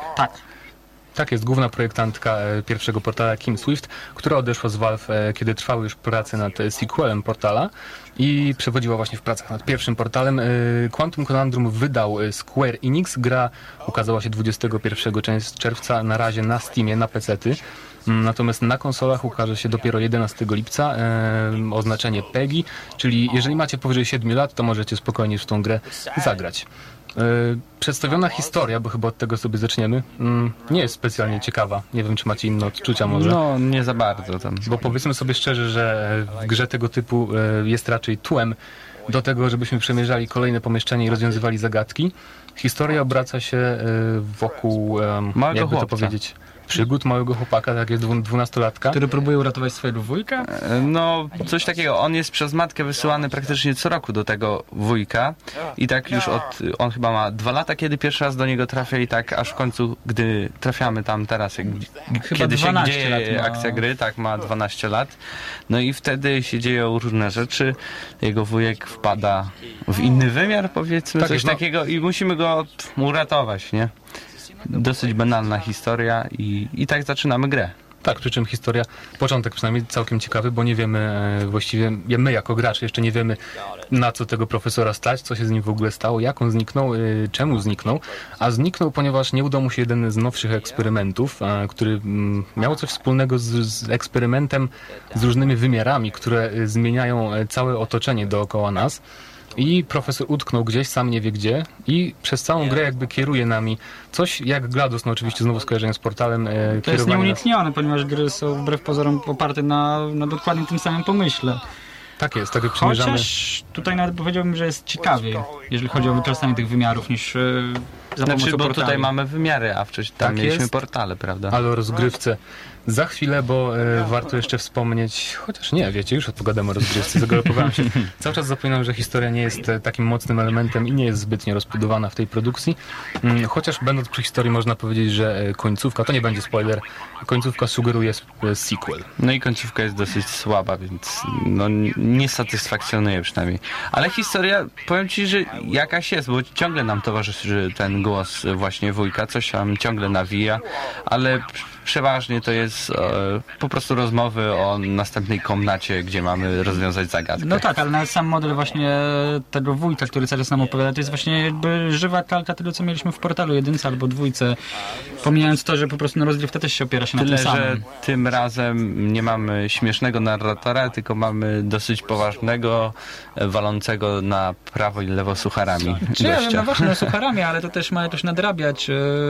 Tak jest, główna projektantka pierwszego portala Kim Swift, która odeszła z Valve, kiedy trwały już prace nad sequelem portala i przewodziła właśnie w pracach nad pierwszym portalem. Quantum Conundrum wydał Square Enix. Gra ukazała się 21 czerwca na razie na Steamie, na PC-ty. Natomiast na konsolach ukaże się dopiero 11 lipca. Oznaczenie PEGI, czyli jeżeli macie powyżej 7 lat, to możecie spokojnie w tą grę zagrać. Przedstawiona historia, bo chyba od tego sobie zaczniemy, nie jest specjalnie ciekawa. Nie wiem, czy macie inne odczucia może. No, nie za bardzo tam. Bo powiedzmy sobie szczerze, że w grze tego typu jest raczej tłem do tego, żebyśmy przemierzali kolejne pomieszczenia i rozwiązywali zagadki. Historia obraca się wokół, jakby to powiedzieć, przygód małego chłopaka, tak jest 12-latka. Który próbuje uratować swojego wujka? No, coś takiego. On jest przez matkę wysyłany praktycznie co roku do tego wujka i tak już on chyba ma 2 lata, kiedy pierwszy raz do niego trafia i tak aż w końcu, gdy trafiamy tam teraz, kiedy się dzieje akcja gry, tak ma 12 lat. No i wtedy się dzieją różne rzeczy. Jego wujek wpada w inny wymiar, powiedzmy, tak, coś takiego i musimy go uratować, nie? Dosyć banalna historia i tak zaczynamy grę. Tak, przy czym historia, początek przynajmniej całkiem ciekawy, bo nie wiemy właściwie, my jako gracze jeszcze nie wiemy, na co tego profesora stać, co się z nim w ogóle stało, jak on zniknął, czemu zniknął, a zniknął, ponieważ nie udał mu się jeden z nowszych eksperymentów, który miał coś wspólnego z eksperymentem z różnymi wymiarami, które zmieniają całe otoczenie dookoła nas. I profesor utknął gdzieś, sam nie wie gdzie i przez całą grę jakby kieruje nami coś jak GLaDOS, no oczywiście znowu skojarzenie z portalem. To jest nieuniknione, ponieważ gry są wbrew pozorom oparte na dokładnie tym samym pomyśle. Tak jest, tak jak przymierzamy. Chociaż tutaj nawet powiedziałbym, że jest ciekawiej, jeżeli chodzi o wykorzystanie tych wymiarów niż za pomocą bo portali. tutaj mamy wymiary, a wcześniej tam mieliśmy portale, prawda? Ale o rozgrywce za chwilę, bo warto jeszcze wspomnieć, chociaż nie, wiecie, już odpowiadam o rozgrywce, zagalopowałem się. Cały czas zapominam, że historia nie jest takim mocnym elementem i nie jest zbytnio rozbudowana w tej produkcji. Chociaż będąc przy historii można powiedzieć, że końcówka, to nie będzie spoiler, końcówka sugeruje sequel. No i końcówka jest dosyć słaba, więc no, nie satysfakcjonuje przynajmniej. Ale historia, powiem ci, że jakaś jest, bo ciągle nam towarzyszy ten głos właśnie wujka, coś tam ciągle nawija, ale przeważnie to jest po prostu rozmowy o następnej komnacie, gdzie mamy rozwiązać zagadkę. No tak, ale nawet sam model właśnie tego wujka, który cały czas nam opowiada, to jest właśnie jakby żywa kalka tego, co mieliśmy w portalu 1 albo 2. Pomijając to, że po prostu rozgrywka też się opiera się na tym samym. Tyle, że tym razem nie mamy śmiesznego narratora, tylko mamy dosyć poważnego, walącego na prawo i lewo sucharami. No właśnie, sucharami, ale to też ma jakoś nadrabiać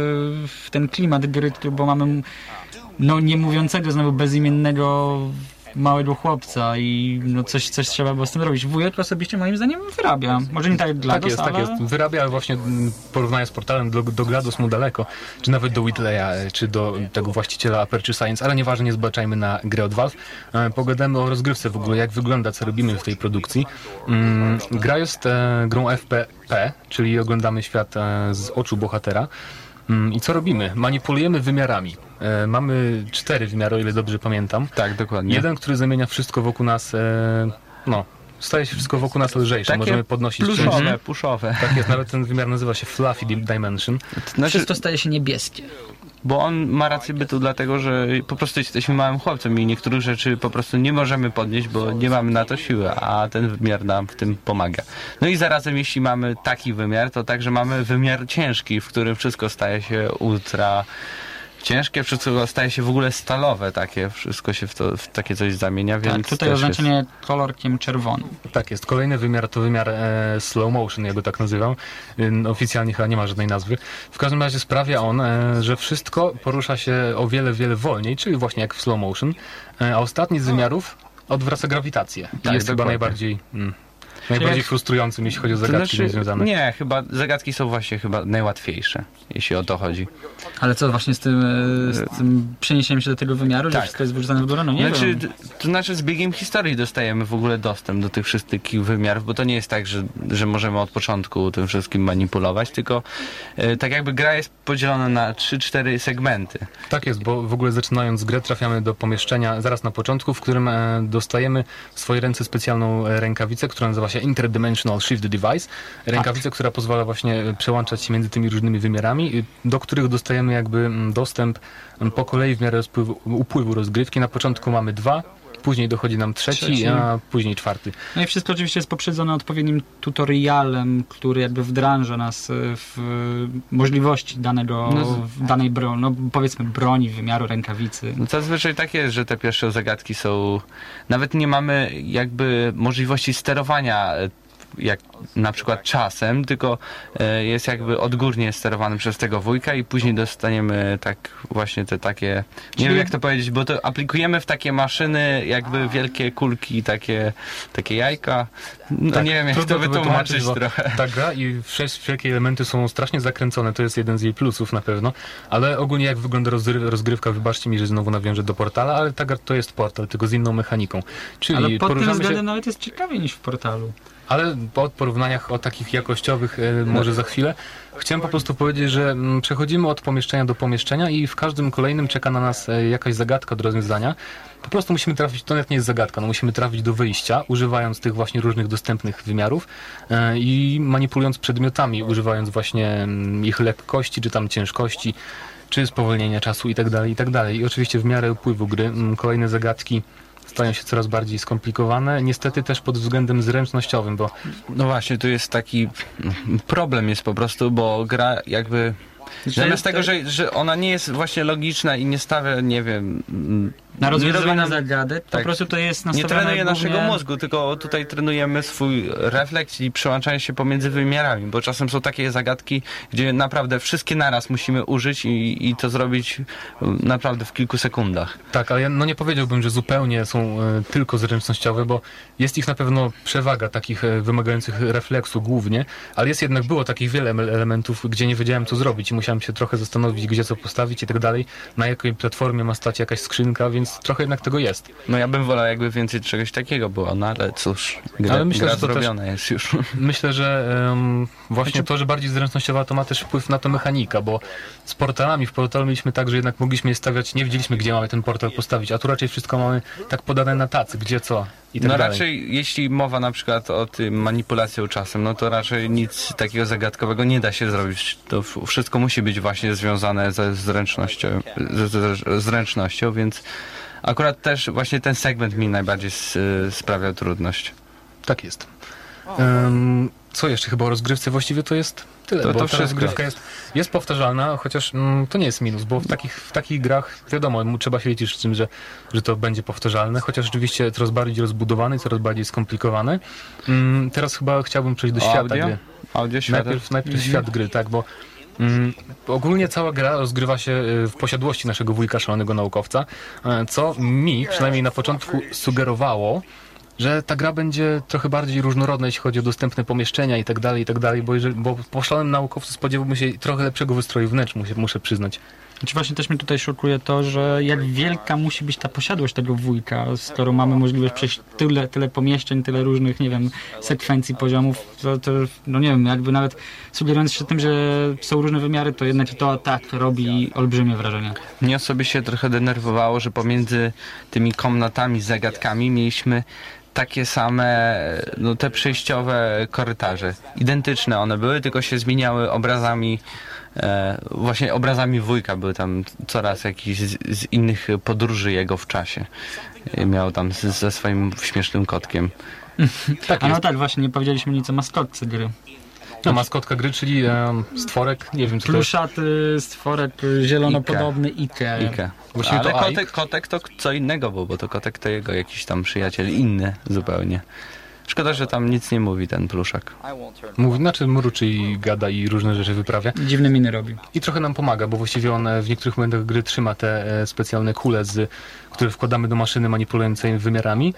w ten klimat gry, bo mamy nie mówiącego znowu bezimiennego małego chłopca i no coś trzeba było z tym robić. Wujek osobiście moim zdaniem wyrabia. Może nie tak jak GLaDOS, tak jest. Wyrabia, ale właśnie porównanie z portalem do GLaDOS mu daleko, czy nawet do Whitleya, czy do tego właściciela Aperture Science, ale nieważne, nie zbaczajmy na grę od Valve. Pogadamy o rozgrywce w ogóle, jak wygląda, co robimy w tej produkcji. Gra jest grą FPP, czyli oglądamy świat z oczu bohatera. I co robimy? Manipulujemy wymiarami. Mamy 4 wymiary, o ile dobrze pamiętam. Tak, dokładnie. Jeden, który zamienia wszystko wokół nas, staje się wszystko wokół nas lżejsze. Takie możemy podnosić puszowe. Tak jest, nawet ten wymiar nazywa się Fluffy Dimension. Wszystko staje się niebieskie. Bo on ma rację bytu dlatego, że po prostu jesteśmy małym chłopcem i niektórych rzeczy po prostu nie możemy podnieść, bo nie mamy na to siły, a ten wymiar nam w tym pomaga. No i zarazem jeśli mamy taki wymiar, to także mamy wymiar ciężki, w którym wszystko staje się ultra ciężkie, wszystko staje się w ogóle stalowe takie, wszystko się w takie coś zamienia, więc Tak, tutaj też oznaczenie kolorkiem czerwonym. Tak jest. Kolejny wymiar to wymiar slow motion, ja go tak nazywam. Oficjalnie chyba nie ma żadnej nazwy. W każdym razie sprawia on, że wszystko porusza się o wiele, wiele wolniej, czyli właśnie jak w slow motion, a ostatni z wymiarów odwraca grawitację. Tak, Jest chyba dokładnie. najbardziej frustrującym, jeśli chodzi o zagadki z nim związane. Nie, chyba zagadki są właśnie chyba najłatwiejsze, jeśli o to chodzi. Ale co właśnie z tym przeniesieniem się do tego wymiaru, że Tak. wszystko jest wyrzucane w górę? No nie wiem. To znaczy z biegiem historii dostajemy w ogóle dostęp do tych wszystkich wymiarów, bo to nie jest tak, że możemy od początku tym wszystkim manipulować, tylko tak jakby gra jest podzielona na 3-4 segmenty. Tak jest, bo w ogóle zaczynając grę trafiamy do pomieszczenia zaraz na początku, w którym dostajemy w swoje ręce specjalną rękawicę, która nazywa się Interdimensional Shift Device. Rękawicę, która pozwala właśnie przełączać się między tymi różnymi wymiarami, do których dostajemy jakby dostęp po kolei w miarę upływu rozgrywki. Na początku mamy 2, później dochodzi nam trzeci, a później 4. No i wszystko oczywiście jest poprzedzone odpowiednim tutorialem, który jakby wdraża nas w możliwości danej broni, no powiedzmy broni, wymiaru, rękawicy. No zazwyczaj tak jest, że te pierwsze zagadki są... Nawet nie mamy jakby możliwości sterowania jak na przykład czasem, tylko jest jakby odgórnie sterowany przez tego wujka i później dostaniemy tak właśnie te takie, nie wiem jak to powiedzieć, bo to aplikujemy w takie maszyny jakby wielkie kulki, takie jajka. No tak, nie wiem jak to wytłumaczyć trochę. Ta gra i wszelkie elementy są strasznie zakręcone, to jest jeden z jej plusów na pewno, ale ogólnie jak wygląda rozgrywka, wybaczcie mi, że znowu nawiążę do Portala, ale ta gra to jest Portal, tylko z inną mechaniką. Czyli ale pod tym względem nawet jest ciekawiej niż w Portalu. Ale po porównaniach o takich jakościowych może za chwilę. Chciałem po prostu powiedzieć, że przechodzimy od pomieszczenia do pomieszczenia i w każdym kolejnym czeka na nas jakaś zagadka do rozwiązania. Po prostu musimy trafić, to nawet nie jest zagadka, no musimy trafić do wyjścia, używając tych właśnie różnych dostępnych wymiarów i manipulując przedmiotami, używając właśnie ich lekkości, czy tam ciężkości, czy spowolnienia czasu itd., itd. I oczywiście w miarę upływu gry kolejne zagadki stają się coraz bardziej skomplikowane, niestety też pod względem zręcznościowym, bo... No właśnie, tu jest taki problem jest po prostu, bo gra jakby... Zamiast tego, że ona nie jest właśnie logiczna i nie stawia, nie wiem... Na rozwiązywanie zagadek, tak, po prostu to jest nastawione nie trenuje głównie... naszego mózgu, tylko tutaj trenujemy swój refleks i przełączanie się pomiędzy wymiarami, bo czasem są takie zagadki, gdzie naprawdę wszystkie naraz musimy użyć i to zrobić naprawdę w kilku sekundach. Tak, ale ja nie powiedziałbym, że zupełnie są tylko zręcznościowe, bo jest ich na pewno przewaga takich wymagających refleksu głównie, ale było takich wiele elementów, gdzie nie wiedziałem co zrobić i musiałem się trochę zastanowić, gdzie co postawić i tak dalej, na jakiej platformie ma stać jakaś skrzynka, więc trochę jednak tego jest. No ja bym wolał jakby więcej czegoś takiego było, no ale cóż, gra zrobiona jest już. Myślę, że właśnie to, że bardziej zręcznościowa to ma też wpływ na to mechanika, bo z portalami, w portalu mieliśmy tak, że jednak mogliśmy je stawiać, nie wiedzieliśmy gdzie mamy ten portal postawić, a tu raczej wszystko mamy tak podane na tacy, gdzie co i tak dalej. No raczej jeśli mowa na przykład o tym manipulacją czasem, no to raczej nic takiego zagadkowego nie da się zrobić. To wszystko musi być właśnie związane ze zręcznością, więc akurat też właśnie ten segment mi najbardziej sprawia trudność. Tak jest. Co jeszcze? Chyba o rozgrywce właściwie to jest tyle, bo ta rozgrywka jest powtarzalna, chociaż to nie jest minus, bo w takich grach wiadomo, trzeba się liczyć z tym, że to będzie powtarzalne, chociaż rzeczywiście coraz bardziej rozbudowane, coraz bardziej skomplikowane. Teraz chyba chciałbym przejść do świata gry. Najpierw świat gry, tak, bo ogólnie cała gra rozgrywa się w posiadłości naszego wujka, szalonego naukowca, co mi przynajmniej na początku sugerowało, że ta gra będzie trochę bardziej różnorodna, jeśli chodzi o dostępne pomieszczenia i tak dalej, bo po szalonym naukowcu spodziewałbym się trochę lepszego wystroju wnętrz, muszę przyznać. Znaczy właśnie też mnie tutaj szokuje to, że jak wielka musi być ta posiadłość tego wujka, skoro mamy możliwość przejść tyle pomieszczeń, tyle różnych, nie wiem, sekwencji, poziomów, to no nie wiem, jakby nawet sugerując się tym, że są różne wymiary, to jednak to tak robi olbrzymie wrażenie. Mnie osobiście trochę denerwowało, że pomiędzy tymi komnatami z zagadkami mieliśmy takie same, no te przejściowe korytarze. Identyczne one były, tylko się zmieniały obrazami, właśnie obrazami wujka, były tam coraz jakiś z innych podróży jego w czasie. Miał tam ze swoim śmiesznym kotkiem. Tak, no tak, właśnie nie powiedzieliśmy nic o maskotce gry. No, maskotka gry, czyli stworek, nie wiem co to jest. Pluszaty stworek zielonopodobny Ike. Właściwie Ale to Ike. kotek to co innego był, bo to kotek to jego jakiś tam przyjaciel, inny zupełnie. Szkoda, że tam nic nie mówi ten pluszak. Mówi, znaczy mruczy i gada i różne rzeczy wyprawia. Dziwne miny robi. I trochę nam pomaga, bo właściwie on w niektórych momentach gry trzyma te specjalne kule, które wkładamy do maszyny manipulującej wymiarami.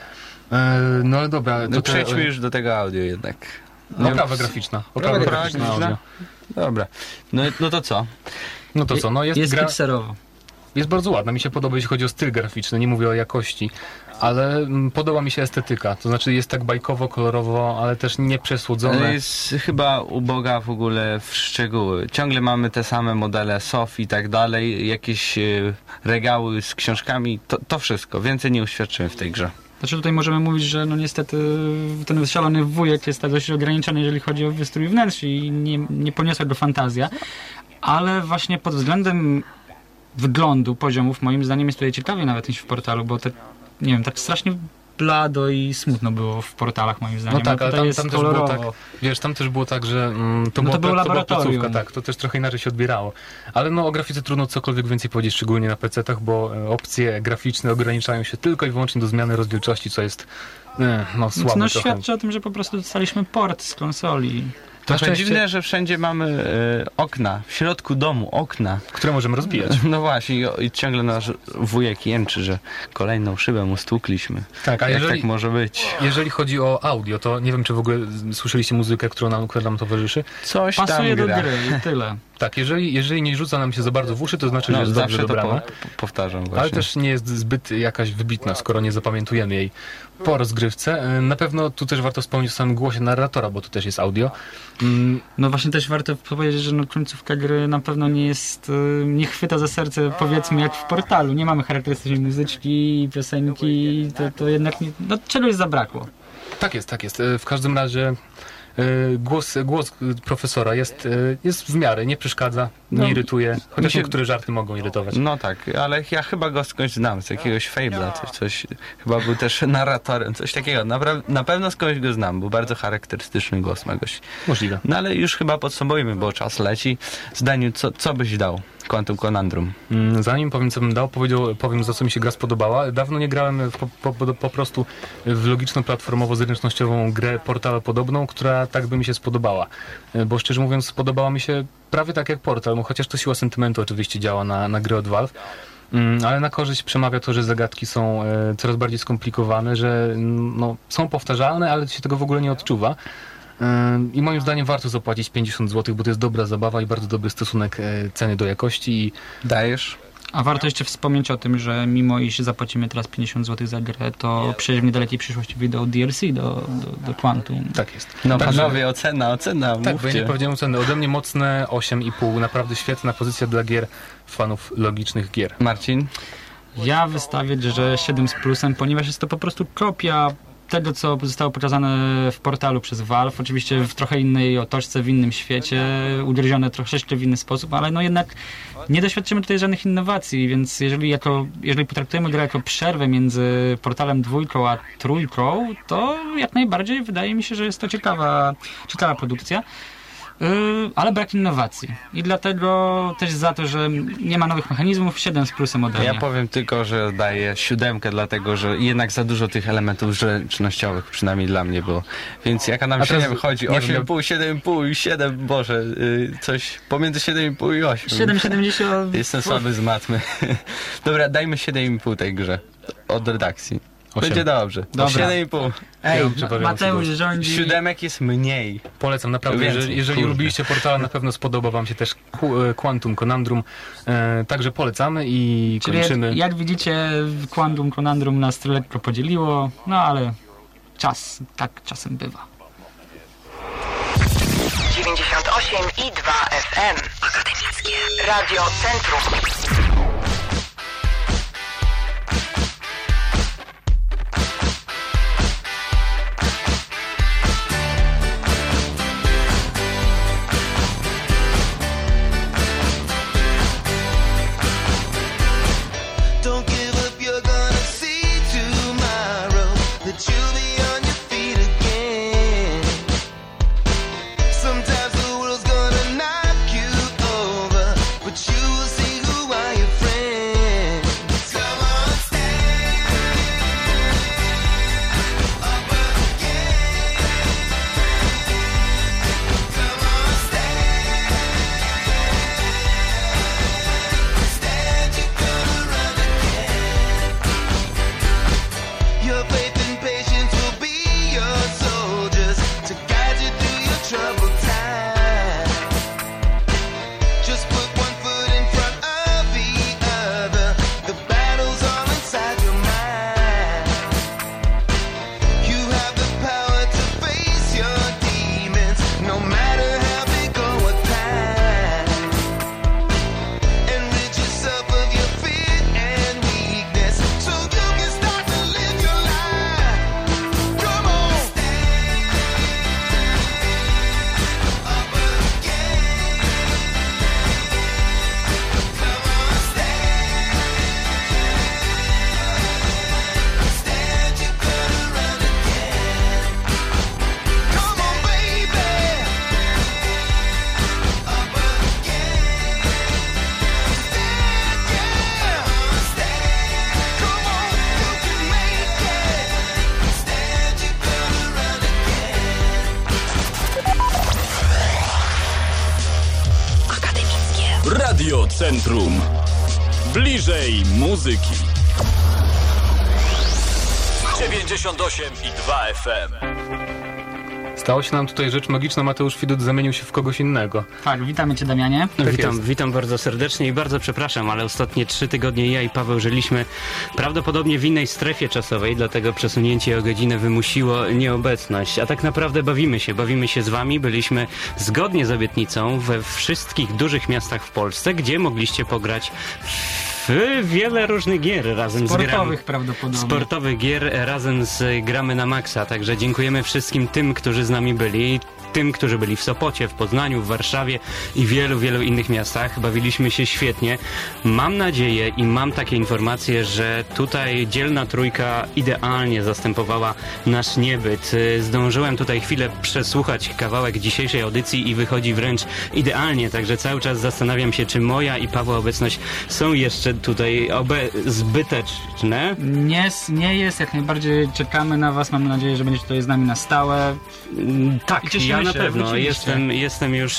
No ale dobra. No przejdźmy już do tego audio jednak. Oprawa graficzna. Oprawa graficzna audio. Dobra. No to co? No to co? No jest gra... pikselowo. Jest bardzo ładna. Mi się podoba, jeśli chodzi o styl graficzny. Nie mówię o jakości. Ale podoba mi się estetyka. To znaczy jest tak bajkowo, kolorowo, ale też nie przesłodzone. Jest chyba uboga w ogóle w szczegóły. Ciągle mamy te same modele SOF i tak dalej. Jakieś regały z książkami. To wszystko. Więcej nie uświadczymy w tej grze. Znaczy tutaj możemy mówić, że no niestety ten szalony wujek jest tak dość ograniczony, jeżeli chodzi o wystrój wnętrz i nie poniosła go fantazja. Ale właśnie pod względem wyglądu poziomów moim zdaniem jest tutaj ciekawiej nawet niż w portalu, bo nie wiem, tak strasznie blado i smutno było w portalach moim zdaniem. No tak, ale tam też było tak, wiesz, tam też było tak, że to była placówka, tak, to też trochę inaczej się odbierało. Ale no o grafice trudno cokolwiek więcej powiedzieć, szczególnie na PC-tach, bo opcje graficzne ograniczają się tylko i wyłącznie do zmiany rozdzielczości, co jest słabe no trochę. świadczy o tym, że po prostu dostaliśmy port z konsoli. Trochę dziwne, że wszędzie mamy okna, w środku domu okna. Które możemy rozbijać. No właśnie, i ciągle nasz wujek jęczy, że kolejną szybę mu stłukliśmy. Tak, a jeżeli, tak może być? Jeżeli chodzi o audio, to nie wiem, czy w ogóle słyszeliście muzykę, która nam towarzyszy. Coś pasuje tam gra. do gry i tyle. Tak, jeżeli nie rzuca nam się za bardzo w uszy, to znaczy, że jest dobrze dobrana. Powtarzam właśnie. Ale też nie jest zbyt jakaś wybitna, skoro nie zapamiętujemy jej po rozgrywce. Na pewno tu też warto wspomnieć o samym głosie narratora, bo tu też jest audio. No właśnie też warto powiedzieć, że końcówka gry na pewno nie chwyta za serce, powiedzmy, jak w portalu. Nie mamy charakterystycznej muzyczki, piosenki, to jednak czegoś zabrakło. Tak jest. W każdym razie głos profesora jest w miarę, nie przeszkadza, nie irytuje, chociaż niektóre żarty mogą irytować. No tak, ale ja chyba go skądś znam, z jakiegoś Fable'a, coś chyba był też narratorem, coś takiego. Na pewno skądś go znam, bo bardzo charakterystyczny głos ma gość. Możliwe. No ale już chyba podsumujmy, bo czas leci. Zdaniu, co byś dał Quantum Conundrum? Zanim powiem, co bym dał, powiem, za co mi się gra spodobała. Dawno nie grałem po prostu w logiczno-platformowo-zręcznościową grę portalopodobną, która tak by mi się spodobała. Bo szczerze mówiąc, spodobała mi się prawie tak jak Portal, chociaż to siła sentymentu oczywiście działa na gry od Valve. Ale na korzyść przemawia to, że zagadki są coraz bardziej skomplikowane, że są powtarzalne, ale się tego w ogóle nie odczuwa. I moim zdaniem warto zapłacić 50 zł, bo to jest dobra zabawa i bardzo dobry stosunek ceny do jakości. Dajesz? A warto jeszcze wspomnieć o tym, że mimo iż zapłacimy teraz 50 zł za grę, to przecież w niedalekiej przyszłości wyjdą DLC do Quantum. Tak jest. No panowie, ocena, tak, mówcie. bo ja nie powiedziałem oceny. Ode mnie mocne 8,5. Naprawdę świetna pozycja dla gier, fanów logicznych gier. Marcin? Ja wystawię, że 7 z plusem, ponieważ jest to po prostu kopia tego, co zostało pokazane w portalu przez Valve, oczywiście w trochę innej otoczce, w innym świecie, ugryzione troszeczkę w inny sposób, ale jednak nie doświadczymy tutaj żadnych innowacji, więc jeżeli potraktujemy grę jako przerwę między portalem 2 a 3, to jak najbardziej wydaje mi się, że jest to ciekawa produkcja. Ale brak innowacji. I dlatego też za to, że nie ma nowych mechanizmów, 7 z plusem ode mnie. Ja powiem tylko, że daję 7, dlatego że jednak za dużo tych elementów zręcznościowych, przynajmniej dla mnie było. Więc jaka nam się wychodzi? 8,5, 7,5 i 7, Boże, coś pomiędzy 7,5 i 8. 7,70. Jestem słaby z matmy. Dobra, dajmy 7,5 tej grze od redakcji. 8. Będzie dobrze. 7,5. Ej, Mateusz rządzi. 7 jest mniej. Polecam, naprawdę. Jeżeli lubiliście portala, na pewno spodoba wam się też Quantum Conundrum. Także polecamy i kończymy. Czyli jak widzicie, Quantum Conundrum nas lekko podzieliło, ale tak czasem bywa. 98,2 FM. Akademickie Radio Centrum. You'll be on your feet again. Sometimes Centrum. Bliżej muzyki. 98,2 FM. Stało się nam tutaj rzecz magiczna, Mateusz Widut zamienił się w kogoś innego. Tak, witamy Cię, Damianie. Witam bardzo serdecznie i bardzo przepraszam, ale ostatnie 3 tygodnie ja i Paweł żyliśmy prawdopodobnie w innej strefie czasowej, dlatego przesunięcie o godzinę wymusiło nieobecność. A tak naprawdę bawimy się z Wami. Byliśmy zgodnie z obietnicą we wszystkich dużych miastach w Polsce, gdzie mogliście pograć w wiele różnych gier razem Sportowych prawdopodobnie. Sportowych gier razem z Gramy na Maxa. Także dziękujemy wszystkim tym, którzy z nami byli. Tym, którzy byli w Sopocie, w Poznaniu, w Warszawie i wielu innych miastach. Bawiliśmy się świetnie. Mam nadzieję i mam takie informacje, że tutaj dzielna trójka idealnie zastępowała nasz niebyt. Zdążyłem tutaj chwilę przesłuchać kawałek dzisiejszej audycji i wychodzi wręcz idealnie, także cały czas zastanawiam się, czy moja i Pawła obecność są jeszcze tutaj zbyteczne. Nie jest, jak najbardziej czekamy na Was. Mamy nadzieję, że będziecie tutaj z nami na stałe. Tak, ja na pewno jestem już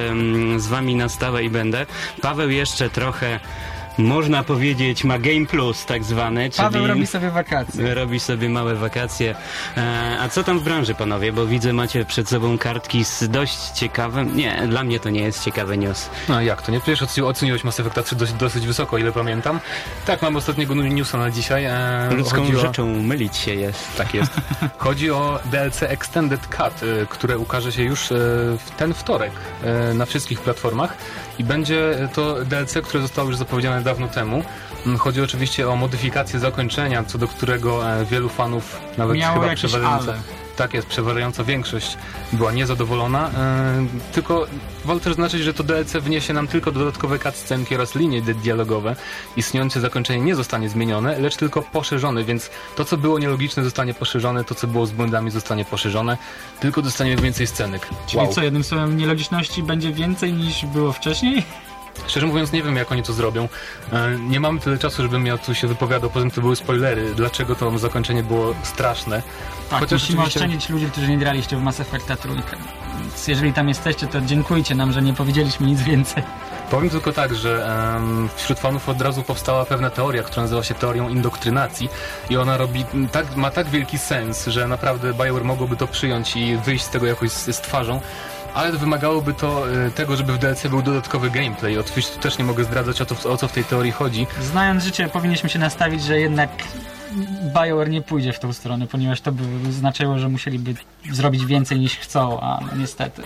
z Wami na stałe i będę. Paweł jeszcze trochę, można powiedzieć, ma Game Plus tak zwane. Paweł robi sobie wakacje. Robi sobie małe wakacje. A co tam w branży, panowie? Bo widzę, macie przed sobą kartki z dość ciekawym... Nie, dla mnie to nie jest ciekawy news. No jak to nie? Przecież oceniłeś Mass Effecta 3 dosyć wysoko, ile pamiętam. Tak, mam ostatniego newsa na dzisiaj. Ludzką rzeczą mylić się jest. Tak jest. Chodzi o DLC Extended Cut, które ukaże się już w ten wtorek na wszystkich platformach i będzie to DLC, które zostało już zapowiedziane dawno temu. Chodzi oczywiście o modyfikację zakończenia, co do którego wielu fanów, nawet miało chyba przeważająca większość była niezadowolona. Tylko warto też zaznaczyć, że to DLC wniesie nam tylko dodatkowe cutscenki oraz linie dialogowe. Istniejące zakończenie nie zostanie zmienione, lecz tylko poszerzone, więc to, co było nielogiczne, zostanie poszerzone, to, co było z błędami, zostanie poszerzone, tylko dostaniemy więcej scenek. Czyli co, jednym słowem, nielogiczności będzie więcej niż było wcześniej? Szczerze mówiąc, nie wiem, jak oni to zrobią. Nie mamy tyle czasu, żebym ja tu się wypowiadał, poza tym to były spoilery, dlaczego to zakończenie było straszne. Tak, chociaż musimy oszczędzić ludzi, którzy nie graliście w Mass Effecta 3. Więc jeżeli tam jesteście, to dziękujcie nam, że nie powiedzieliśmy nic więcej. Powiem tylko tak, że wśród fanów od razu powstała pewna teoria, która nazywa się teorią indoktrynacji i ona ma tak wielki sens, że naprawdę BioWare mogłoby to przyjąć i wyjść z tego jakoś z twarzą. Ale wymagałoby to tego, żeby w DLC był dodatkowy gameplay. Oczywiście tu też nie mogę zdradzać o co w tej teorii chodzi. Znając życie, powinniśmy się nastawić, że jednak BioWare nie pójdzie w tą stronę, ponieważ to by znaczyło, że musieliby zrobić więcej niż chcą, a no niestety.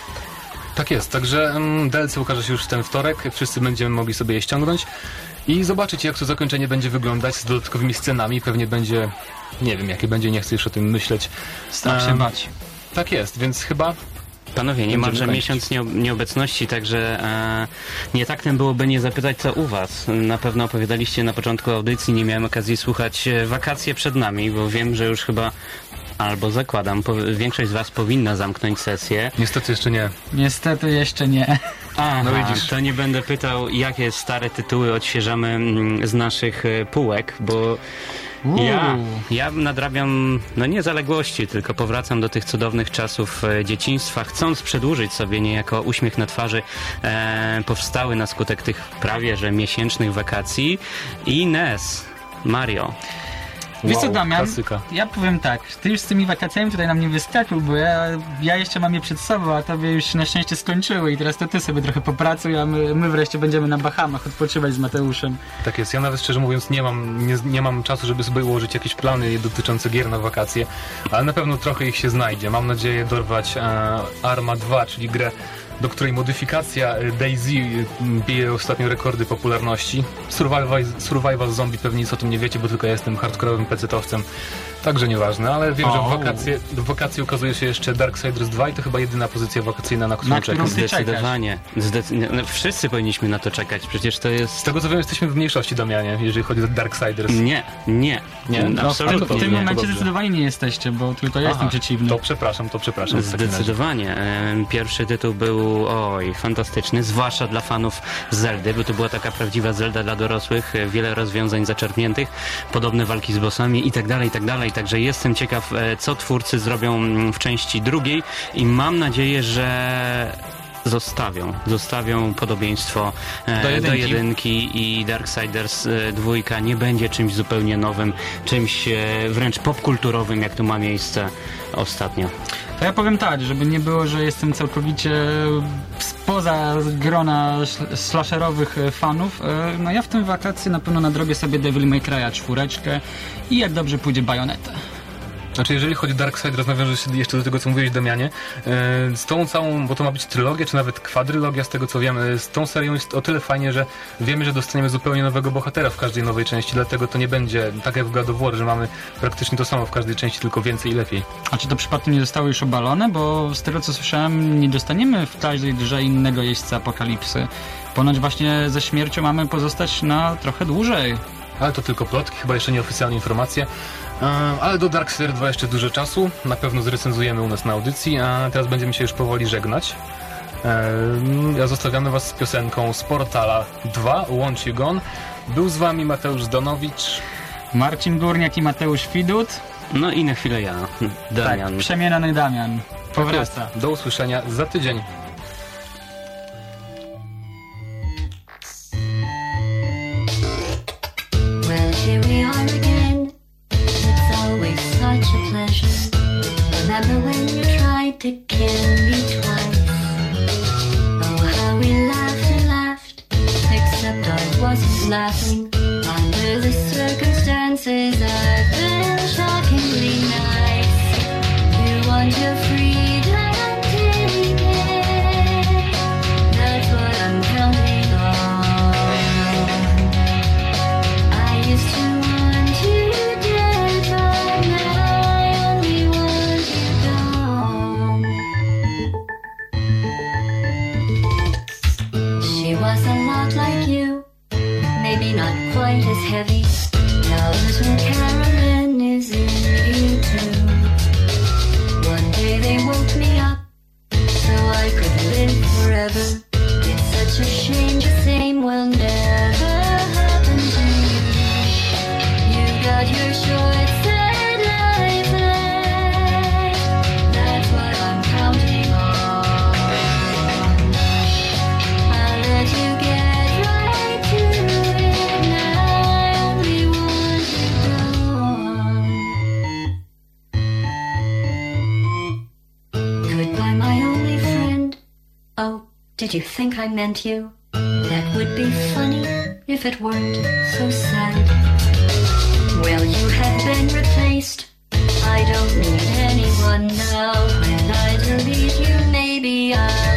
Tak jest, także DLC ukaże się już w ten wtorek, wszyscy będziemy mogli sobie je ściągnąć i zobaczyć, jak to zakończenie będzie wyglądać z dodatkowymi scenami. Pewnie będzie, nie wiem jakie będzie, nie chcę już o tym myśleć. Strach się bać. Tak jest, więc chyba... Panowie, niemalże miesiąc nieobecności, także nietaktem byłoby nie zapytać, co u was. Na pewno opowiadaliście na początku audycji, nie miałem okazji słuchać, wakacje przed nami, bo wiem, że już chyba, albo zakładam, większość z was powinna zamknąć sesję. Niestety jeszcze nie. Niestety jeszcze nie. Aha, no widzisz. To nie będę pytał, jakie stare tytuły odświeżamy z naszych półek, bo... Ja nadrabiam, no nie zaległości, tylko powracam do tych cudownych czasów dzieciństwa, chcąc przedłużyć sobie niejako uśmiech na twarzy powstały na skutek tych prawie że miesięcznych wakacji i NES, Mario. Wiesz co, Damian, klasyka. Ja powiem tak, ty już z tymi wakacjami tutaj nam nie wyskakuj, bo ja jeszcze mam je przed sobą, a tobie już na szczęście skończyły i teraz to ty sobie trochę popracuj, a my wreszcie będziemy na Bahamach odpoczywać z Mateuszem. Tak jest, ja nawet szczerze mówiąc nie mam czasu, żeby sobie ułożyć jakieś plany dotyczące gier na wakacje, ale na pewno trochę ich się znajdzie. Mam nadzieję dorwać Arma 2, czyli grę, do której modyfikacja DayZ bije ostatnio rekordy popularności. Survival Zombie pewnie nic o tym nie wiecie, bo tylko ja jestem hardkorowym pecetowcem. Także nieważne, ale wiem, że w wakacje ukazuje się jeszcze Darksiders 2 i to chyba jedyna pozycja wakacyjna, na którą czekam. Zdecydowanie. Wszyscy powinniśmy na to czekać, przecież to jest... Z tego co wiem, jesteśmy w mniejszości, Damianie, jeżeli chodzi o Darksiders. Nie, absolutnie. W tym momencie zdecydowanie nie jesteście, bo tylko ja jestem przeciwny. To przepraszam. Zdecydowanie. Pierwszy tytuł był fantastyczny, zwłaszcza dla fanów Zeldy, bo to była taka prawdziwa Zelda dla dorosłych, wiele rozwiązań zaczerpniętych, podobne walki z bossami i tak dalej. Także jestem ciekaw, co twórcy zrobią w części drugiej i mam nadzieję, że zostawią podobieństwo do jedynki i Darksiders 2 nie będzie czymś zupełnie nowym, czymś wręcz popkulturowym, jak to ma miejsce ostatnio. To ja powiem tak, żeby nie było, że jestem całkowicie spoza grona slasherowych fanów. No ja w tym wakacje na pewno nadrobię sobie Devil May Cry'a 4 i jak dobrze pójdzie Bayonetę. Znaczy, jeżeli chodzi o Darksiders, nawiążę się jeszcze do tego, co mówiłeś, Damianie, z tą całą, bo to ma być trylogia, czy nawet kwadrylogia, z tego co wiem, z tą serią jest o tyle fajnie, że wiemy, że dostaniemy zupełnie nowego bohatera w każdej nowej części, dlatego to nie będzie tak jak w God of War, że mamy praktycznie to samo w każdej części, tylko więcej i lepiej. A czy to przypadkiem nie zostało już obalone? Bo z tego co słyszałem, nie dostaniemy w każdej grze innego jeźdźca apokalipsy. Ponoć właśnie ze śmiercią mamy pozostać na trochę dłużej. Ale to tylko plotki, chyba jeszcze nieoficjalne informacje. Ale do Darksiders 2 jeszcze dużo czasu. Na pewno zrecenzujemy u nas na audycji, a teraz będziemy się już powoli żegnać. Ja zostawiamy was z piosenką z Portala 2, Won't You Gone. Był z wami Mateusz Zdanowicz, Marcin Górniak i Mateusz Widut. No i na chwilę ja, Damian. Tak, przemieniony Damian. Powraca. Do usłyszenia za tydzień. Well, here we are again. It's always such a pleasure. Remember when you tried to kill me twice? Oh, how we laughed and laughed. Except I wasn't laughing. Under the circumstances, I've been shockingly nice. You want your freedom, take it. That's what I'm counting on. I used to want you dead, but now I only want you gone. She was a lot like you, maybe not quite as heavy. Now little Carolyn is in you too. One day they woke me up, so I could live forever. It's such a shame the same will never happen to you. You got your short set life left. That's what I'm counting on. I'll let you get right to it. Now I only want you gone. Goodbye, my only friend. Oh, did you think I meant you? That would be funny if it weren't so sad. Well, you have been replaced. I don't need anyone now. When I delete you, maybe I